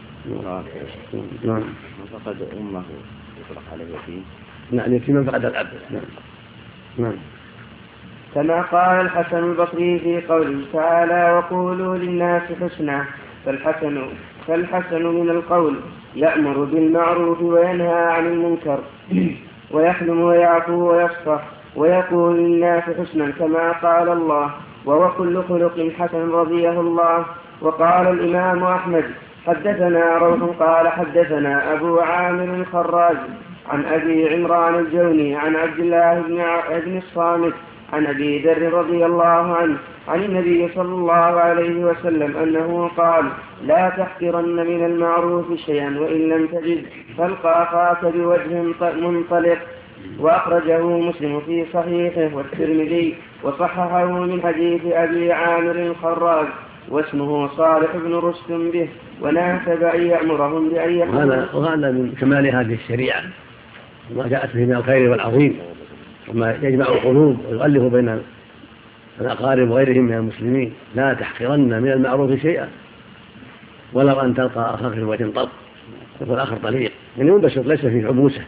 نعم. من فقد أمه يطلق عليه يتيم. نعم يتيم فقد الأب. نعم. نعم. كما قال الحسن البصري في قوله تعالى وقولوا للناس حسنا فالحسن فالحسن من القول يأمر بالمعروف وينهى عن المنكر ويحلم ويعفو ويصفح ويقول للناس حسنا كما قال الله وهو كل خلق حسن رضيه الله. وقال الإمام أحمد حدثنا روح قال حدثنا أبو عامر الخراج عن أبي عمران الجوني عن عبد الله بن الصامت عن أبي ذر رضي الله عنه عن النبي صلى الله عليه وسلم أنه قال لا تحقرن من المعروف شيئا وإن لم تجد فالق أخاك بوجه منطلق. وأخرجه مسلم في صحيحه والترمذي وصححه من حديث أبي عامر الخراج واسمه صالح بن رستم به وناسب أن يأمرهم بأن يقولوا. وهذا من كمال هذه الشريعة وما جاءت به من الخير والعظيم وما يجمع القلوب ويؤلف بين الأقارب وغيرهم من المسلمين. لا تحقرن من المعروف شيئا ولو أن تلقى أخاك في وجه طلق يقول آخر طليق يعني منبسط ليس فيه عبوسة.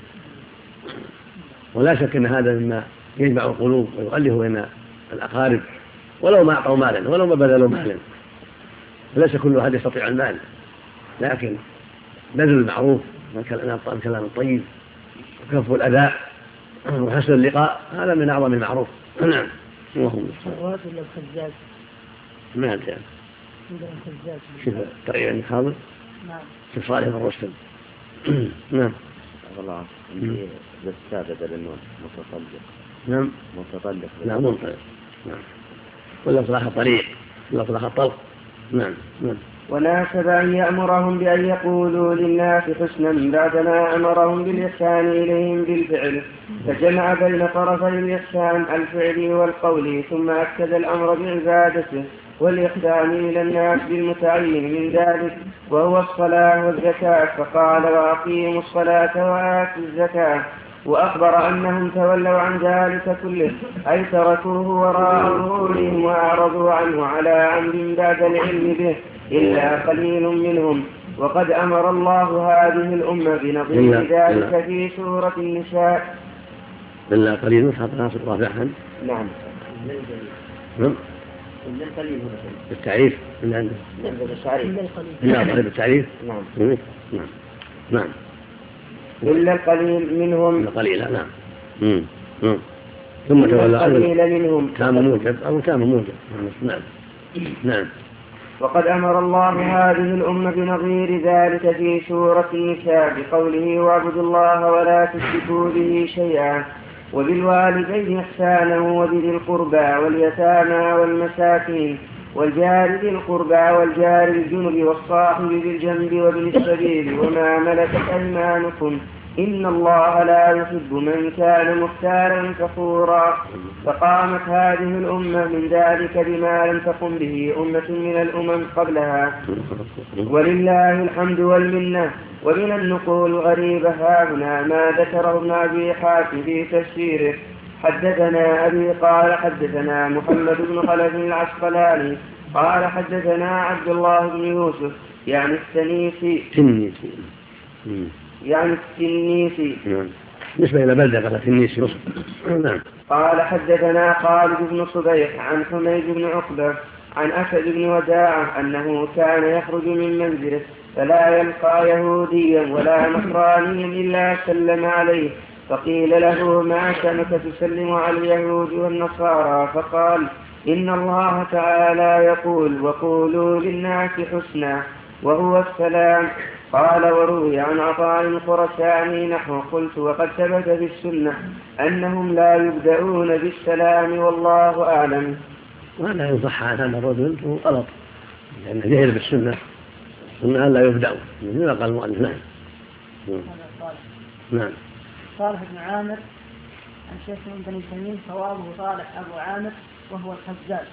ولا شك أن هذا مما يجمع القلوب ويؤلف بين الأقارب ولو ما أعطوا مالا ولو ما بذلوا مالا. ليس كل أحد يستطيع المال لكن بذل المعروف والكلام الطيب وكف الأذى وحسن اللقاء هذا من أعظم المعروف. نعم. اللهم الرواد ولا الخزاز؟ ما أدري عندنا الخزاز. شوف تقريبا حاضر. نعم. شوف صالح بن رستم. نعم. الله عندي دستة بدل النون متطلق. نعم. متطلق. لا منطلق. نعم. ولا صلاح الطريق ولا صلاح الطلق. نعم. نعم. وناسب أن يأمرهم بأن يقولوا للناس حسنا بعدما أمرهم بالإحسان إليهم بالفعل فجمع بين طرفي الإحسان الفعلي والقولي ثم أكد الأمر بعبادته والإحسان إلى الناس بالمتعين من ذلك وهو الصلاة والزكاة فقال وأقيموا الصلاة وآتوا الزكاة. وأخبر أنهم تولوا عن ذلك كله أي تركوه وراء ظهورهم وأعرضوا عنه على عمد بعد العلم به إلا قليل منهم. وقد أمر الله هذه الأمة بنظير ذلك في سورة النساء. إلا قليل حتى ناصر رافعا. نعم. نعم. بالتعريف من عنده نعم بالتعريف نعم نعم نعم إلا القليل منهم إلا قليلا نعم مم. مم. ثم تولى القليل منهم تام موجب أو تام موجب نعم نعم وقد أمر الله هذه الأمة بنظير ذلك في سورة النساء بقوله واعبدوا الله ولا تشركوا به شيئا وبالوالدين إحسانا وبذي القربى واليتامى والمساكين والجار ذي القربى والجار الجنب والصاحب بالجنب وابن السبيل وما ملكت أيمانكم إن الله لا يحب من كان مختالا فخورا. فقامت هذه الأمة من ذلك بما لم تقم به أمة من الأمم قبلها ولله الحمد والمنة. ومن النقول غريبة هاهنا ما ذكره ابن أبي حاتم في تفسيره حدثنا أبي قال حدثنا محمد بن خلف العسقلاني قال حدثنا عبد الله بن يوسف يعني السنيسي يعني التنيسي بالنسبة إلى بلدة قال التنيسي مصر نعم. قال حدثنا خالد بن صبيح عن حميد بن عقبة عن أسد بن وداعة أنه كان يخرج من منزله فلا يلقى يهوديا ولا نصرانيا إلا سلم عليه فقيل له ما كانك تسلم على اليهود والنصارى فقال إن الله تعالى يقول وقولوا للناس حسنا وهو السلام. قال وروي عن عطاء الخرساني نحو قلت وقد ثبت في السنة أنهم لا يبدأون بالسلام والله أعلم. وهذا يصح عن هذا الرجل هو غلط لأنه جهل بالسنة السنة لا يبدأوا من قال المؤلف نعم نعم. صالح بن عامر عن شيخ من بني تميم صوابه صالح أبو عامر وهو الحجاج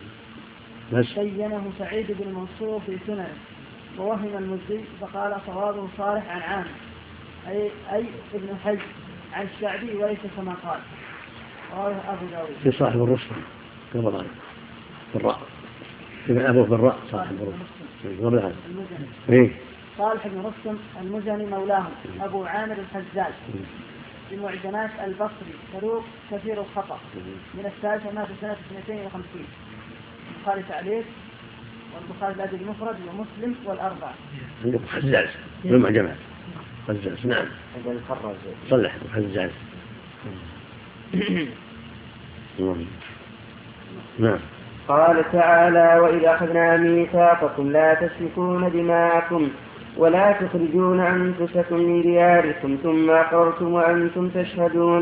بينه سعيد بن منصور في سننه ووهم المزي فقال صوابه صالح عن عامر أي, أي ابن حج عن الشعبي وليس كما قال رواه أبو داود. في صاحب الرسل قبل بالراء ابن أبوه بالراء صاحب الرسل قبل هذا المزني صالح بن رستم المزني مولاهم أبو عامر الحجاج بمعجنات البصري صدوق كثير الخطأ من الثالثة مات سنة اثنتين وخمسين. البخاري تعليق والبخاري الأدب المفرد ومسلم والأربعة. عندك حجاج بالمعجمات حجاج نعم صلح حجاج نعم. قال تعالى وإذا أخذنا ميثاقكم لا تسفكون دماءكم ولا تخرجون أنفسكم من دياركم ثم أقررتم وأنتم تشهدون.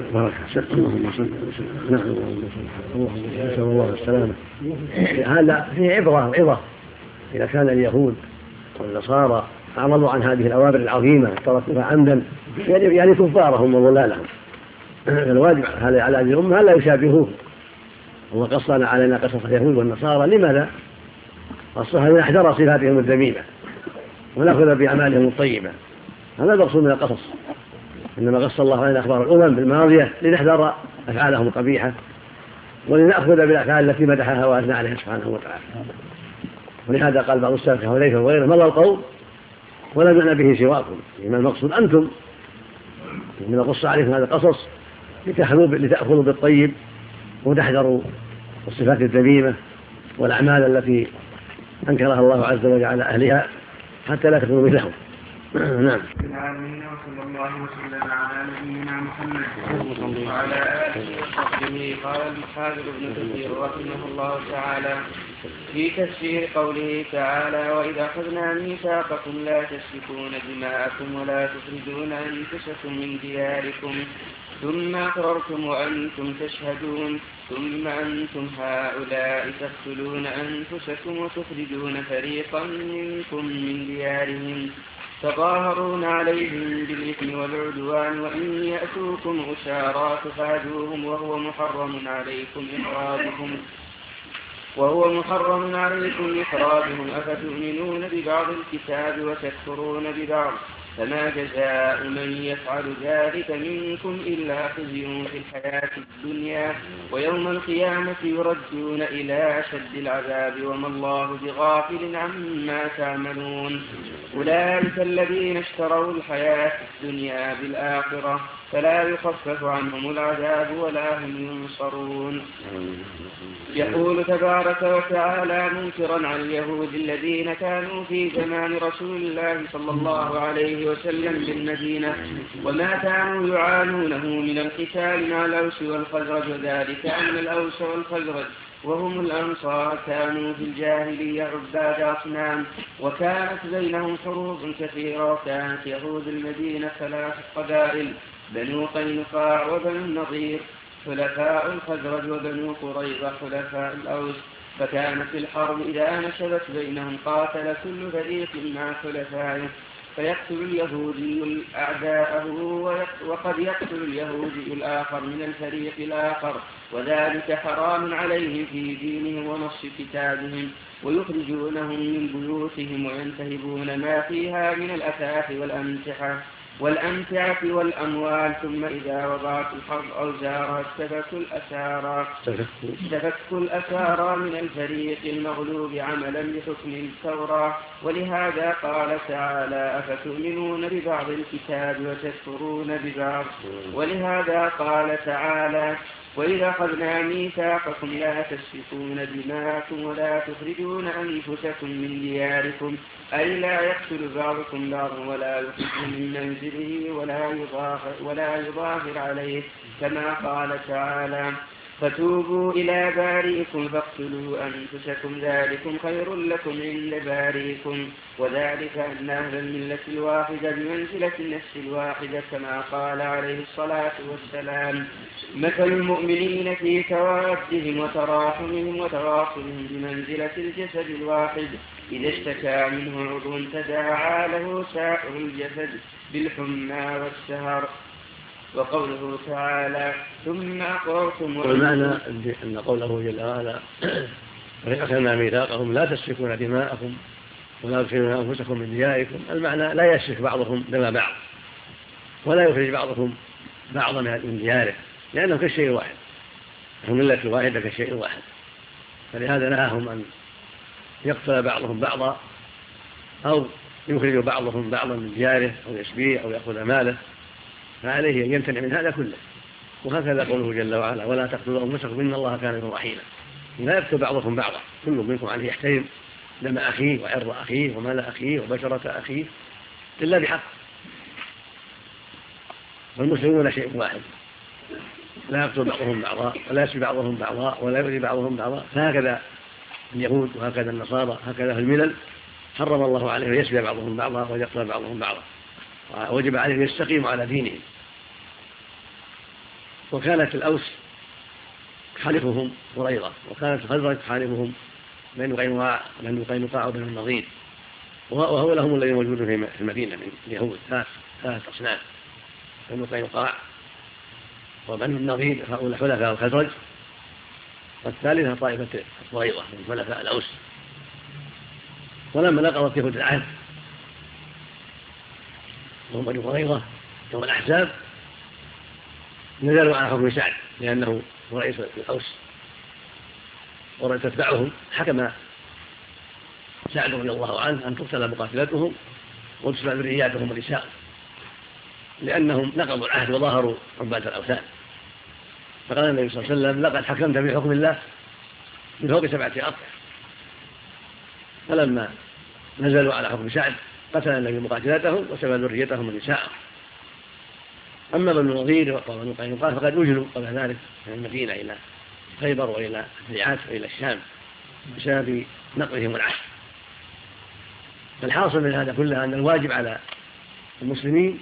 نسأل الله السلامة. هذا فيه عبرة عظة إذا كان اليهود والنصارى أعرضوا عن هذه الأوامر العظيمة تركوها عمدا يعني كفارهم وضلالهم. الواجب على هذه الأمة لا يشابهوه. الله قصنا علينا قصص اليهود والنصارى لماذا؟ قصها لنحذر صفاتهم الذميمة ونأخذ بأعمالهم الطيبة. هذا المقصود من القصص. إنما قص الله علينا أخبار الأمم الماضية لنحذر أفعالهم القبيحة ولنأخذ بالأفعال التي مدحها وأثنى عليها سبحانه وتعالى. ولهذا قال بعض السلف كحذيفة وغيره مضى القوم ولا معنى به سواكم. إنما المقصود أنتم إنما قص عليكم هذا القصص لتأخذوا بالطيب وتحذروا الصفات الذميمة والأعمال التي أنكرها الله عز وجل على أهلها حتى لا تكونوا مثلهم. نعم. وصلى الله وسلم على نبينا محمد وعلى آله وصحبه. قال الحافظ ابن كثير رحمه الله تعالى في تفسير قوله تعالى وإذا أخذنا ميثاقكم لا تسفكون دماءكم ولا تخرجون أنفسكم من دياركم ثم أقررتم وأنتم تشهدون ثم أنتم هؤلاء تقتلون أنفسكم وتخرجون فريقا منكم من ديارهم تظاهرون عليهم بالإثم والعدوان وإن يأتوكم أسارى تفادوهم وهو محرم عليكم إخراجهم وهو محرم عليكم إخراجهم أفتؤمنون ببعض الكتاب وتكفرون ببعض فما جزاء من يفعل ذلك منكم إلا خزي في الحياة الدنيا ويوم القيامة يردون إلى أشد العذاب وما الله بغافل عما تعملون. أولئك الذين اشتروا الحياة الدنيا بالآخرة فلا يخفف عنهم العذاب ولا هم ينصرون. يقول تبارك وتعالى منكرا على اليهود الذين كانوا في زمان رسول الله صلى الله عليه وسلم بالمدينة وما كانوا يعانونه من القتال مع الأوس والخزرج، وذلك أن الأوس والخزرج وهم الأنصار كانوا في الجاهلية عباد أصنام، وكانت بينهم حروب كثيرة، وكانت يهود المدينة ثلاث قبائل: بنو قينقاع وبنو النضير حلفاء الخزرج، وبنو قريظة حلفاء الأوس. فكانت الحرب إذا نشبت بينهم قاتل كل فريق مع حلفائه، فيقتل اليهودي أعداءه وقد يقتل اليهودي الآخر من الفريق الآخر، وذلك حرام عليهم في دينهم ونص كتابهم، ويخرجونهم من بيوتهم وينتهبون ما فيها من الأثاث والأمتعة والأمتعة والأموال، ثم إذا وضعت الحرب أوزارها استفكوا الأسارى استفكوا الأسارى من الفريق المغلوب عملا بحكم التوراة. ولهذا قال تعالى: أفتؤمنون ببعض الكتاب وتكفرون ببعض. ولهذا قال تعالى: وإذا أخذنا ميثاقكم لا تسفكون دماءكم ولا تخرجون أنفسكم من دياركم، أي لا يقتل بعضكم بعضا ولا يخرج من منزله ولا يظاهر, ولا يظاهر عليه، كما قال تعالى: فتوبوا إلى بارئكم فاقتلوا أنفسكم ذلكم خير لكم عند بارئكم، وذلك أن أهل الملة الواحدة بمنزلة النفس الواحدة، كما قال عليه الصلاة والسلام: مثل المؤمنين في توادهم وتراحمهم وتواصلهم بمنزلة الجسد الواحد، إذا اشتكى منه عضو تداعى له سائر الجسد بالحمى والسهر. وقوله تعالى: ثم أقررتم. والمعنى أن قوله جل وعلا: أخذنا ميثاقهم لا تسفكون دماءكم ولا تخرجون أنفسكم من دياركم، المعنى لا يسفك بعضهم دم بعض ولا يخرج بعضهم بعضا من دياره، لأنهم كالشيء الواحد، الملة الواحدة كالشيء الواحد، فلهذا نهاهم أن يقتل بعضهم بعضا أو يخرج بعضهم بعضا من دياره أو يسبيه أو يأخذ ماله، فعليه أن يمتنع من هذا كله. وهكذا قوله جل وعلا: ولا تقتلوا أنفسكم إن الله كان بكم رحيما. لا يقتل بعضكم بعضا، كل منكم عليه يحترم دم أخيه وعرض أخيه ومال أخيه وبشرة أخيه إلا بحق، والمسلمون شيء واحد، لا يقتل بعضهم بعضا ولا يسبي بعضهم بعضا ولا يؤذي بعضهم بعضا. فهكذا اليهود وهكذا النصارى هكذا في الملل حرم الله عليهم يسبي بعضهم بعضا ويقتل بعضهم بعضا، ووجب عليهم يستقيموا على دينهم. وكانت الأوس حالفهم قريظة، وكانت الخزرج حالفهم بنو قينقاع بنو قينقاع وبنو النضير، وهو لهم الذين موجودون في المدينة من اليهود ثلاث أصناف: بنو قينقاع وبنو النضير هؤلاء حلفاء الخزرج، والثالثة طائفة قريظة من حلفاء الأوس. ولما نقضت يهود العهد وهم بنو قريظة يوم الأحزاب نزلوا على حكم سعد، لأنه رئيس الأوس وتتبعهم، حكم سعد رضي الله عنه أن تقتل مقاتلتهم وتسمع ذرياتهم النساء، لأنهم نقضوا العهد وظاهروا عباد الأوثان. فقال النبي صلى الله عليه وسلم: لقد حكمت بحكم الله من فوق سبعة أطراف. فلما نزلوا على حكم سعد قتل النبي مقاتلتهم وسمع ذريتهم النساء. أما بنو النضير وبنو قينقاع فقد وجلوا قبل ذلك من المدينة إلى خيبر وإلى الريعات وإلى الشام بسبب نقضهم العهد. فالحاصل من هذا كله أن الواجب على المسلمين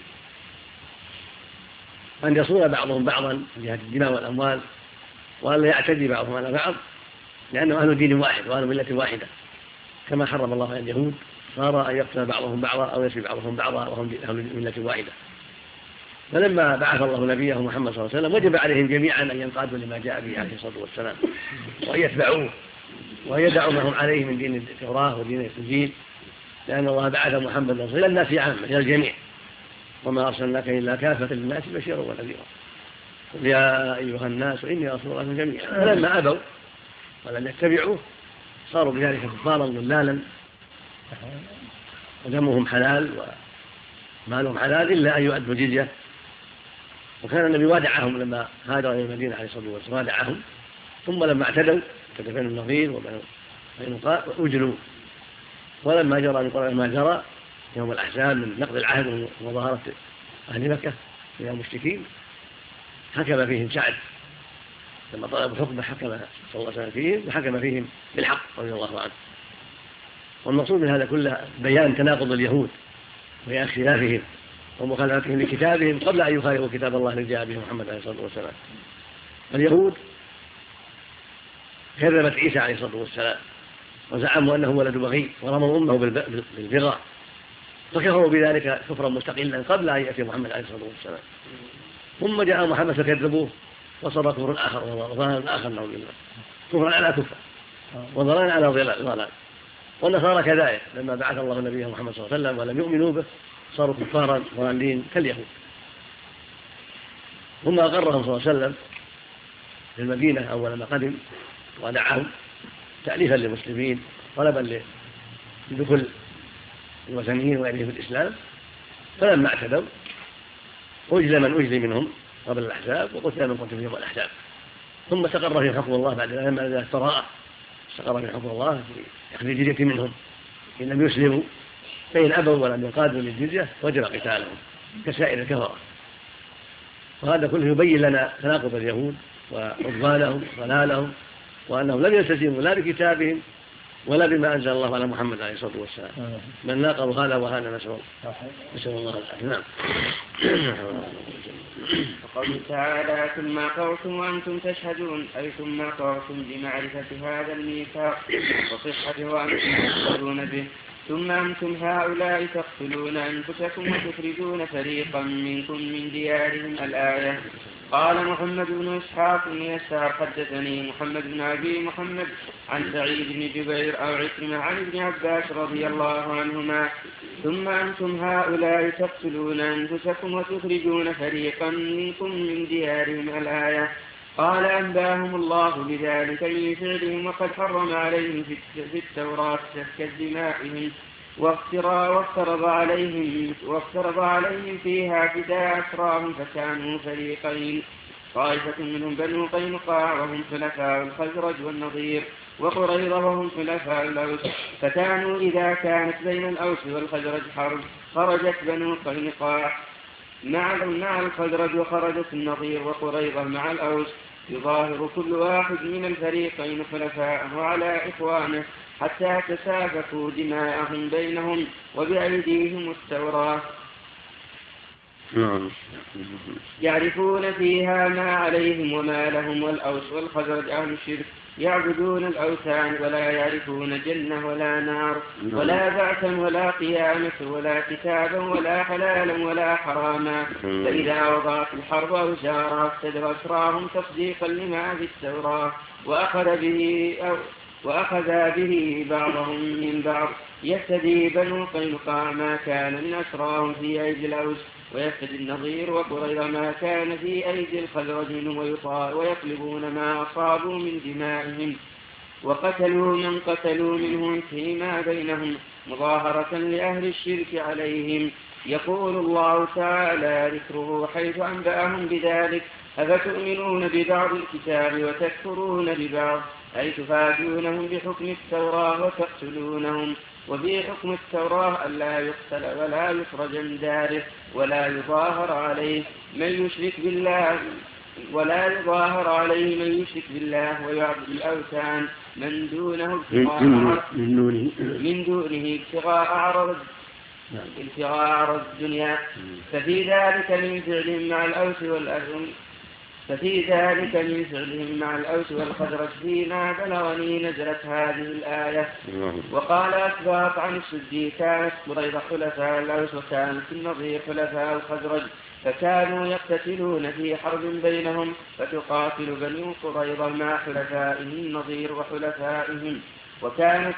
أن يصون بعضهم بعضا من جهة الدماء والأموال، وأن لا يعتدي بعضهم على بعض، لأنه أهل دين واحد وأهل ملة واحدة، كما حرم الله على اليهود صار أن يقتل بعضهم بعضا أو يسبي بعضهم بعضا وهم أهل ملة واحدة. فلما بعث الله نبيه محمد صلى الله عليه وسلم وجب عليهم جميعا أن ينقادوا لما جاء به عليه الصلاة والسلام وأن يتبعوه وأن يدعوا ما هم عليه من دين التوراة ودين الإنجيل، لأن الله بعث محمدا إلى الناس عامة، إلى الجميع: وما أرسلناك إلا كافة للناس بشيرا ونذيرا، قل يا أيها الناس إني رسول الله جميعا. فلما أبوا ولم يتبعوه صاروا بذلك كفارا ضلالا، ودمهم حلال ومالهم حلال إلا أن يؤدوا الجزية وكان النبي وادعهم لما هاجر إلى المدينة عليه الصلاة والسلام، وادعهم، ثم لما اعتدوا كتفين النظير وقينقاع أجلوا. ولما جرى ما جرى يوم الأحزاب من نقض العهد ومظاهرة أهل مكة من المشركين، حكم فيهم سعد لما طلبوا حكم، حكم صلى الله عليه وسلم فيهم وحكم فيهم بالحق رضي الله عنه. والمقصود من هذا كله بيان تناقض اليهود وبيان خلافهم ومخالفتهم لكتابهم قبل أن يخالفوا كتاب الله الذي جاء به محمد عليه الصلاة والسلام. اليهود كذبت عيسى عليه الصلاة والسلام وزعموا أنه ولد بغي ورموا أمه بالبغاء، فكفروا بذلك كفرا مستقلا قبل أن يأتي محمد عليه الصلاة والسلام. ثم جاء محمد فكذبوه وصار كفر آخر وضلال آخر نعوذ بالله، كفرا على كفر وضلال على ضلال. والنصارى كذلك لما بعث الله نبيه محمد صلى الله عليه وسلم ولم يؤمنوا به صاروا كفارا ضالين كاليهود. ثم أقرهم صلى الله عليه وسلم في المدينة أول ما قدم ودعاهم تأليفا للمسلمين طلبا لدخول الوثنيين وغيرهم في الإسلام. فلما اعتدوا أجل من أجل منهم قبل الأحزاب وقتل من قتل يوم الأحزاب. ثم استقر فيهم حكم الله بعد لما نزلت التراء، استقر فيهم حكم الله في أخذ الجزية منهم إن لم يسلموا، فإن أبوا ولم ينقادوا للجزية وجب قتالهم كسائر الكفرة. وهذا كله يبين لنا تناقض اليهود وعدوانهم وضلالهم، وأنهم لم يلتزموا لا بكتابهم ولا بما أنزل الله على محمد عليه الصلاة والسلام، من ناقضوا هذا وهذا نسأل نسأل الله العافية. نعم. وقوله تعالى ثم أقررتم وأنتم تشهدون، أي ثم أقررتم بمعرفة هذا الميثاق وصحته وأنتم تشهدون به. ثم أنتم هؤلاء تقتلون أنفسكم وتخرجون فريقا منكم من ديارهم الآية. قال محمد بن إسحاق بن يسار حدثني محمد بن أبي محمد عن سعيد بن جبير أو عكرمة عن ابن عباس رضي الله عنهما ثم أنتم هؤلاء تقتلون أنفسكم وتخرجون فريقا منكم من ديارهم الآية. قال أنباهم الله بذلك من فعلهم وقد حرم عليهم في التوراة سفك دمائهم وافترض عليهم, وافترض عليهم فيها فداء أسراهم فكانوا فريقين، طائفة منهم بنو قينقاع وهم خلفاء الخزرج والنضير، وقريظة وهم خلفاء الأوس، فكانوا إذا كانت بين الأوس والخزرج حرب خرجت بنو قينقاع مع الخزرج وخرجت النضير وقريظة مع الأوس، يظاهر كل واحد من الفريقين خلفاءه على إخوانه حتى تسافكوا دماءهم بينهم وبأيديهم التوراة، يعرفون فيها ما عليهم وما لهم. والأوس والخزرج أهل الشرك يعبدون الأوثان ولا يعرفون جنة ولا نار ولا بعثا ولا قيامة ولا كتابا ولا حلالا ولا حراما، فإذا وضعت الحرب أوزارها افتدوا أسراهم تصديقا لما في التوراة وأخذ به أو وأخذ به بعضهم من بعض، يفتدي بنو قينقاع ما كان من أسراهم في أيدي الأوس، ويفتدي النضير وقريظة ما كان في أيدي الخزرج ويطلبون ما أصابوا من دمائهم، وقتلوا من قتلوا منهم فيما بينهم مظاهرة لأهل الشرك عليهم. يقول الله تعالى ذكره حيث أنبأهم بذلك: أفتؤمنون ببعض الكتاب وتكفرون ببعض، أي تفاجئونهم بحكم التوراة وتقتلونهم. وفي حكم التوراة ألا يقتل ولا يخرج من داره ولا يظاهر عليه من يشرك بالله ولا يظاهر عليه من يشرك بالله ويعبد الأوثان من دونه ابتغاء من دونه ابتغاء عرض ابتغاء عرض الدنيا. ففي ذلك من فعلهم مع الأوس والأزم ففي ذلك من فعلهم مع الأوس والخزرج فيما بلغني نزلت هذه الآية. وقال أسباط عن السدي: كانت قريظة خلفاء الأوس وكانت النضير خلفاء الخزرج، فكانوا يقتتلون في حرب بينهم، فتقاتل بنو قريظة مع حلفائهم النضير وحلفائهم، وكانت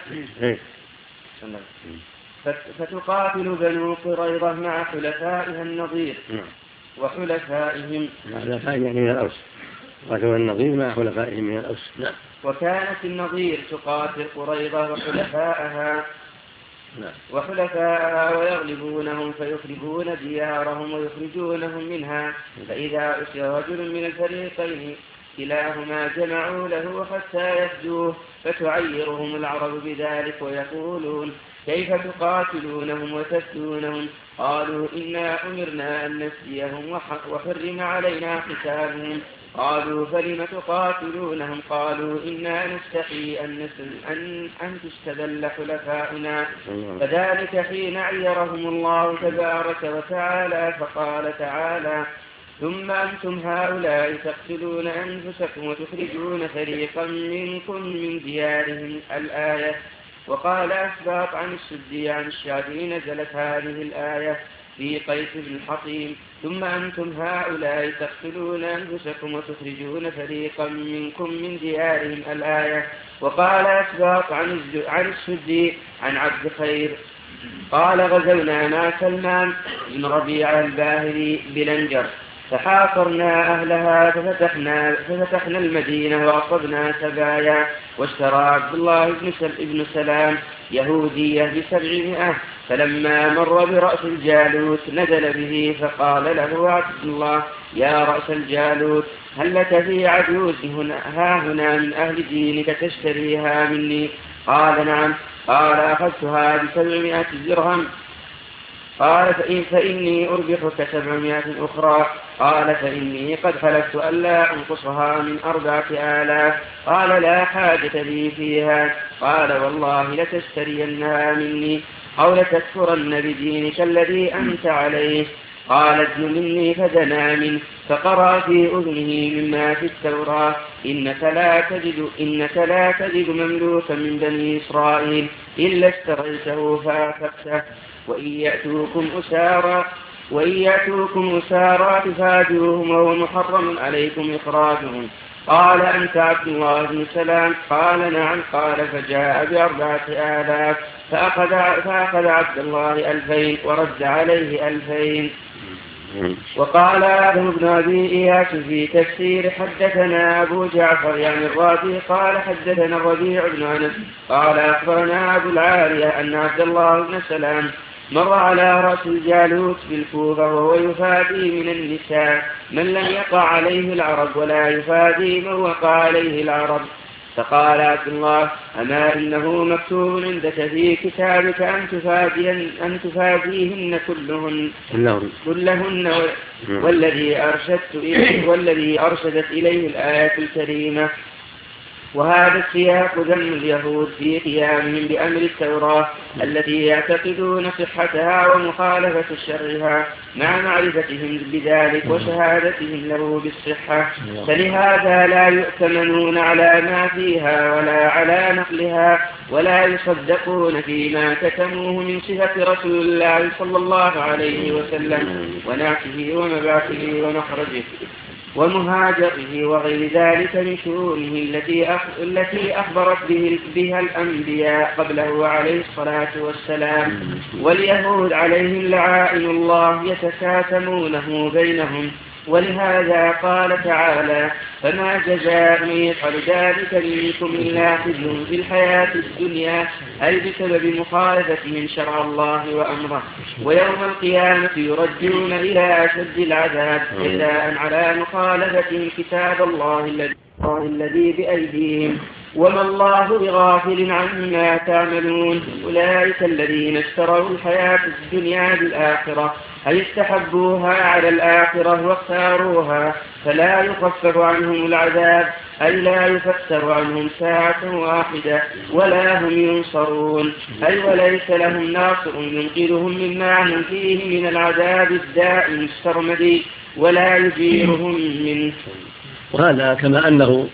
فتقاتل بنو قريظة مع حلفائها النضير وحلفائهم حلفائهم يعني من الأوس، قاتلوا النضير مع حلفائهم من الأوس. نعم. وكانت النضير تقاتل قريظة وحلفائها وحلفاء ويغلبونهم فيخربون ديارهم ويخرجونهم منها. فإذا أسر رجل من الفريقين كلاهما جمعوا له حتى يفدوه فتعيرهم العرب بذلك ويقولون كيف تقاتلونهم وتفدونهم؟ قالوا إنا أمرنا أن نفديهم وحرم علينا قتالهم. قالوا فلم تقاتلونهم؟ قالوا إنا نستحي أن, أن, أن تستذل حلفاؤنا. فذلك حين عيرهم الله تبارك وتعالى. فقال تعالى ثم أنتم هؤلاء تقتلون أنفسكم وتخرجون فريقا منكم من ديارهم الآية. وقال أسباط عن السدي عن الشافعي نزلت هذه الآية في قيس بن الحطيم ثم أنتم هؤلاء تقتلون أنفسكم وتخرجون فريقا منكم من ديارهم الآية. وقال أسباط عن السدي عن عبد خير قال غزونا مع سلمان بن ربيعة الباهلي بلنجر فحاصرنا أهلها ففتحنا, ففتحنا المدينة وأصبنا سبايا. واشترى عبد الله بن سلام يهودية بسبعمائة فلما مر برأس الجالوت نزل به فقال له عبد الله يا رأس الجالوت هل لك في عجوز ها هنا من أهل دينك تشتريها مني؟ قال نعم. قال أخذتها بسبعمائة درهم. قال فإن فإني أربحك سبعمائة أخرى. قال فإني قد حلفت ألا أنقصها من أربعة آلاف. قال لا حاجة لي فيها. قال والله لتشترينها مني أو لتكفرن بدينك الذي أنت عليه. قال ادن مني فدنا منه فقرأ في أذنه مما في التوراة إنك لا تجد, إنك لا تجد مملوكا من بني إسرائيل إلا اشتريته فأخذته وإن يأتوكم أسارى وإن يأتوكم أسارى تفادوهم وهو محرم عليكم إخراجهم. قال أنت عبد الله بن سلام؟ قال نعم. قال فجاء بأربعة آلاف فأخذ, فأخذ عبد الله ألفين ورد عليه ألفين. وقال آدم بن أبي إياس في تفسير حدثنا أبو جعفر يعني الرازي قال حدثنا الربيع بن أنس قال أخبرنا أبو العالية أن عبد الله بن سلام مر على رأس الجالوت بالكوفة وهو يفادي من النساء من لم يقع عليه العرب ولا يفادي من وقع عليه العرب. فقال عبد الله أما إنه مكتوب عندك في كتابك أن تفادين أن تفاديهن كلهن كلهن والذي أرشدت إليه والذي أرشدت إليه الآية الكريمة. وهذا السياق ذم اليهود في قيامهم بأمر التوراة التي يعتقدون صحتها ومخالفة شرها مع معرفتهم بذلك وشهادتهم له بالصحة. فلهذا لا يؤتمنون على ما فيها ولا على نقلها ولا يصدقون فيما كتموه من صفة رسول الله صلى الله عليه وسلم ونعته ومبعثه ومخرجه ومهاجره وغير ذلك من شؤونه التي التي أخبرت به بها الأنبياء قبله عليه الصلاة والسلام. واليهود عليهم لعائن الله يتكاتمونه بينهم. ولهذا قال تعالى فما جزاء من يفعل ذلك منكم إلا خزي في الحياة الدنيا أي بسبب مخالفتهم شرع الله وأمره ويوم القيامة يرجون إلى أشد العذاب جزاء على مخالفتهم كتاب الله الذي بأيديهم وما الله بغافل عما تعملون. أولئك الذين اشتروا الحياة الدنيا بالآخرة أي استحبوها على الآخرة واختاروها فلا يخفف عنهم العذاب أي لا يفتر عنهم ساعة واحدة ولا هم ينصرون أي وليس لهم ناصر ينقذهم مما هم فيه من العذاب الدائم السرمدي ولا يجيرهم منه. وهذا كما أنه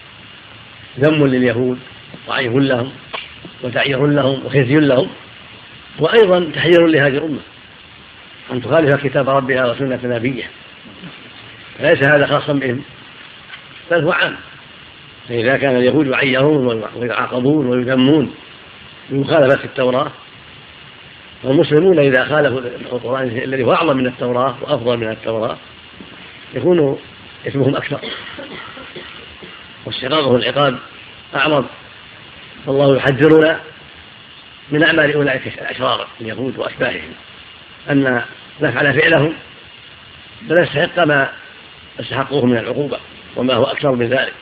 ذم لليهود وعيب لهم وتعير لهم وخزي لهم وأيضا تحذير لهذه الأمة أن تخالف كتاب ربها وسنة نبيه. فليس هذا خاصا بهم بل هو عام. فإذا كان اليهود يعيرون ويعاقبون ويذمون بمخالفة التوراة والمسلمون إذا خالفوا القرآن الذي هو أعظم من التوراة وأفضل من التوراة يكون اسمهم أكثر واستحقاقه العقاب أعظم. فالله يحذرنا من أعمال أولئك الأشرار اليهود وأشباههم أن نفعل فعلهم فنستحق ما استحقوه من العقوبة وما هو أكثر من ذلك.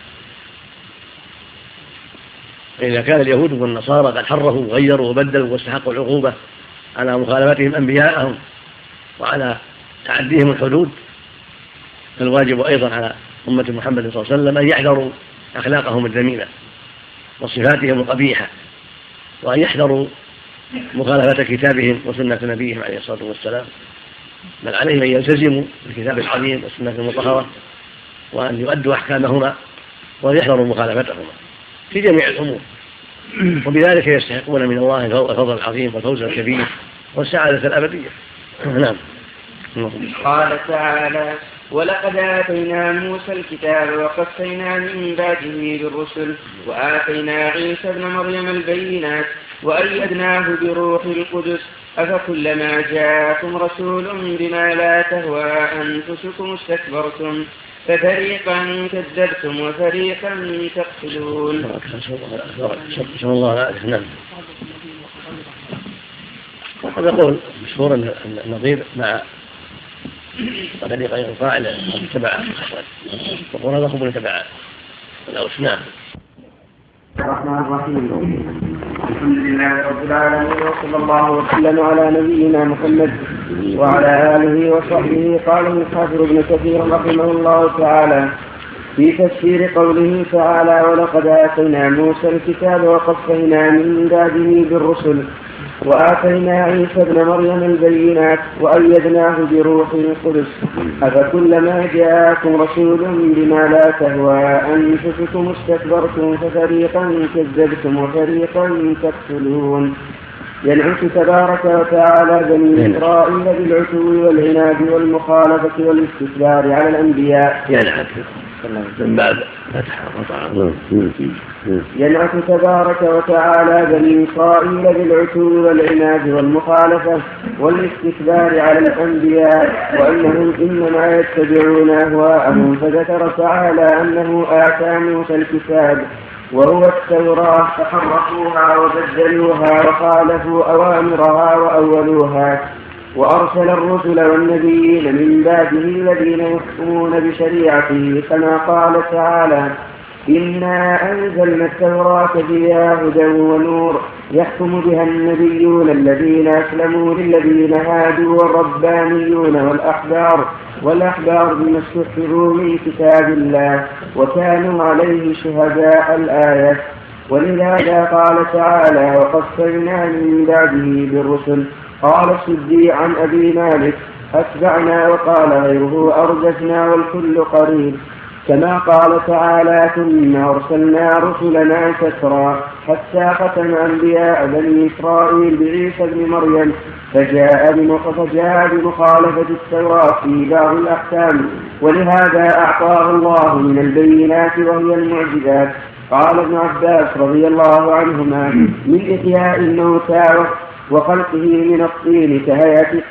فإذا كان اليهود والنصارى قد حرفوا وغيروا وبدلوا واستحقوا العقوبة على مخالفتهم أنبياءهم وعلى تعديهم الحدود، فالواجب أيضا على أمة محمد صلى الله عليه وسلم أن يحذروا أخلاقهم الذميمة وصفاتهم القبيحة، وأن يحذروا مخالفة كتابهم وسنة نبيهم عليه الصلاة والسلام، بل عليهم أن يلتزموا بالكتاب الحكيم والسنة المطهرة وأن يؤدوا أحكامهما وأن يحذروا مخالفتهما في جميع الأمور، وبذلك يستحقون من الله الفضل العظيم والفوز الكبير والسعادة الأبدية. نعم. قال تعالى: ولقد آتينا موسى الكتاب وقفينا من بعده بالرسل وآتينا عيسى ابن مريم البينات وأيدناه بروح القدس أفكلما جاءكم رسول بما لا تهوى أنفسكم استكبرتم ففريقا كذبتم وفريقا تقتلون. وقد يقول مشهور أن النظير مع طريق غير الفاعل قد اتبع وقول هذا خبر اتبع الأوس. نعم. الرحمن الرحيم. الحمد لله رب العالمين وصلى الله وسلم على نبينا محمد وعلى آله وصحبه. قال الحافظ ابن كثير رحمه الله تعالى في تفسير قوله تعالى: ولقد آتينا موسى الكتاب وقفينا من بعده بالرسل وآتينا عيسى ابن مريم البينات وأيدناه بروح القدس أفكلما جاءكم رسول بما لا تهوى أنفسكم استكبرتم ففريقا كذبتم وفريقا تقتلون. ينعت تبارك وتعالى بني إسرائيل بالعتو والعناد والمخالفة والاستكبار على الأنبياء. ينعت من بعد ينعت تبارك وتعالى بني إسرائيل بالعتو والعناد والمخالفة والاستكبار على الأنبياء وأنهم إنما يتبعون أهواءهم، فذكر تعالى أنه آتى موسى الكتاب وهو التوراة فحرفوها وبدلوها وخالفوا أوامرها وأولوها، وأرسل الرسل والنبيين من بعده الذين يحكمون بشريعته كما قال تعالى: إنا أنزلنا التوراة فيها هدى ونور يحكم بها النبيون الذين أسلموا للذين هادوا والربانيون والأحبار والأحبار بما استحفظوا من كتاب الله وكانوا عليه شهداء. الآية. ولهذا قال تعالى: وقفينا من بعده بالرسل. قال السدي عن أبي مالك: أتبعنا، وقال غيره: أرجفنا، والكل قريب. كما قال تعالى: ثم أرسلنا رسلنا كثرا حتى ختم أنبياء بني إسرائيل بعيسى بن مريم فجاء بمخالفة التوراة في بعض الأحكام، ولهذا أعطاه الله من البينات وهي المعجزات. قال ابن عباس رضي الله عنهما: من إحياء الموتى وخلقه من الطين كهيئة